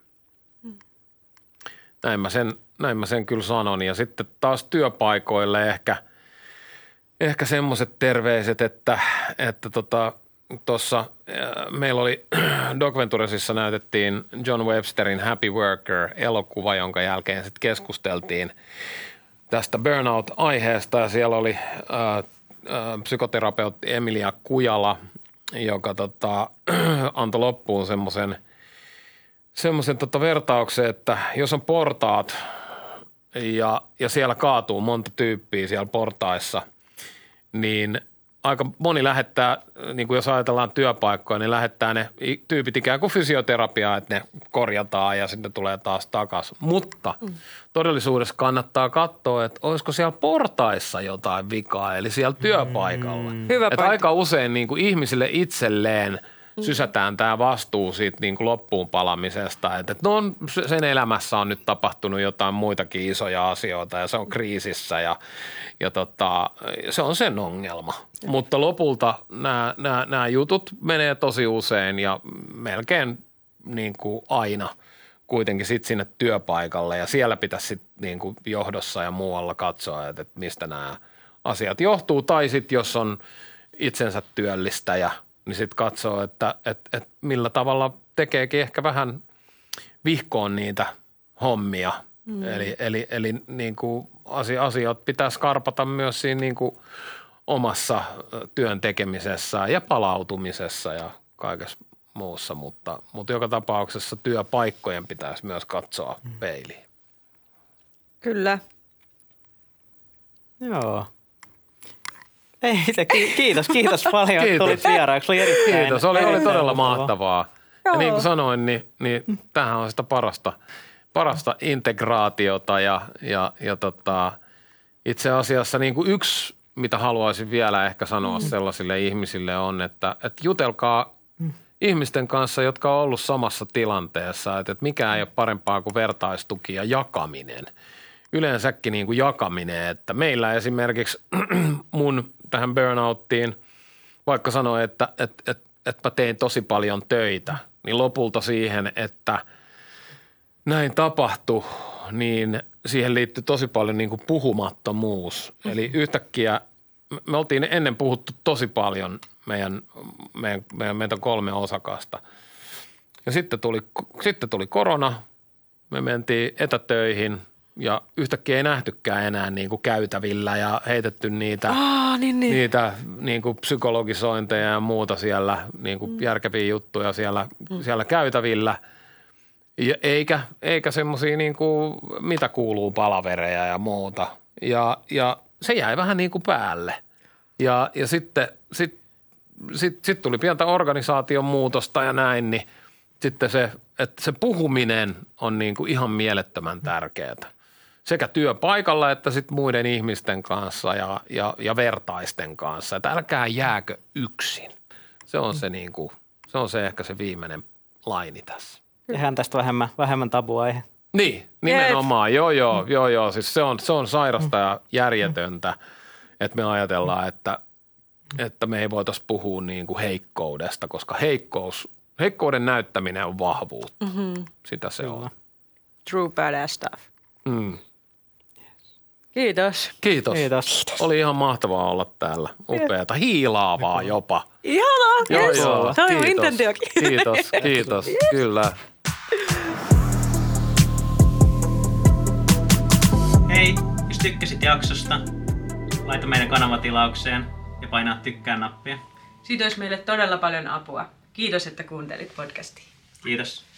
Näin mä sen kyllä sanon. Ja sitten taas työpaikoille ehkä semmoiset terveiset, että tuossa meillä oli Doc Venturesissa näytettiin John Websterin Happy Worker-elokuva, jonka jälkeen sitten keskusteltiin tästä burnout-aiheesta. Ja siellä oli psykoterapeutti Emilia Kujala, joka antoi loppuun semmoisen vertauksen, että jos on portaat ja siellä kaatuu monta tyyppiä siellä portaissa, niin aika moni lähettää, niin kuin jos ajatellaan työpaikkoja, niin lähettää ne tyypit ikään kuin fysioterapiaa, että ne korjataan ja sitten tulee taas takaisin. Mutta todellisuudessa kannattaa katsoa, että olisiko siellä portaissa jotain vikaa, eli siellä työpaikalla. Hyvä että aika usein niin kuin ihmisille itselleen sysätään tämä vastuu siitä niin kuin loppuun palamisesta, että sen elämässä on nyt tapahtunut jotain muitakin isoja asioita ja se on kriisissä ja se on sen ongelma. Mutta lopulta nämä jutut menee tosi usein ja melkein niin kuin aina kuitenkin sitten sinne työpaikalle ja siellä pitäisi sitten niin kuin johdossa ja muualla katsoa, että mistä nämä asiat johtuu tai sitten jos on itsensä työllistäjä, niin sitten katsoo, että millä tekeekin ehkä vähän vihkoon niitä hommia. Eli niin kuin asiat pitää skarpata myös siinä niin kuin omassa työn tekemisessä ja palautumisessa ja kaikessa muussa, mutta joka tapauksessa työpaikkojen pitäisi myös katsoa peiliin. Kyllä. Joo. Ei, kiitos paljon, että tulit vieraaksi. Oli erittäin, kiitos, oli todella mahtavaa. Joo. Ja niin kuin sanoin, niin tämähän on sitä parasta integraatiota ja itse asiassa niin kuin yksi, mitä haluaisin vielä ehkä sanoa sellaisille ihmisille on, että jutelkaa ihmisten kanssa, jotka on ollut samassa tilanteessa, että mikä ei ole parempaa kuin vertaistuki ja jakaminen. Yleensäkin niin kuin jakaminen, että meillä esimerkiksi mun tähän burnouttiin, vaikka sanoin, että mä tein tosi paljon töitä, niin lopulta siihen, että näin tapahtui, niin siihen liittyy tosi paljon niin kuin puhumattomuus. Eli yhtäkkiä me oltiin ennen puhuttu tosi paljon meitä 3 osakasta. Ja sitten tuli korona, me mentiin etätöihin – ja yhtäkkiä ei nähtykään enää niin kuin käytävillä ja heitetty niitä niin kuin psykologisointeja ja muuta siellä, niin kuin järkeviä juttuja siellä käytävillä. Ja eikä semmoisia niin kuin mitä kuuluu palavereja ja muuta. Ja se jäi vähän niin kuin päälle. Ja sitten tuli pientä organisaation muutosta ja näin, niin sitten että se puhuminen on niin kuin ihan mielettömän tärkeää. Sekä työpaikalla että sitten muiden ihmisten kanssa ja vertaisten kanssa. Että älkää jääkö yksin. Se on se niinku, se on se ehkä se viimeinen laini tässä. Tehdään tästä vähemmän tabuaihe. Niin, nimenomaan. Joo. Siis se on sairasta ja järjetöntä, että me ajatellaan, että me ei voitaisi puhua niinku heikkoudesta, koska heikkouden näyttäminen on vahvuutta. Sitä se on. True badass stuff. Kiitos. Kiitos. Oli ihan mahtavaa olla täällä. Upeata. Hiilaavaa jopa. Ihanaa. Yes. Tämä on intentiokin. Kiitos. Kyllä. Hei, jos tykkäsit jaksosta, laita meidän kanavatilaukseen ja painaa tykkää nappia. Siitä olisi meille todella paljon apua. Kiitos, että kuuntelit podcastia. Kiitos.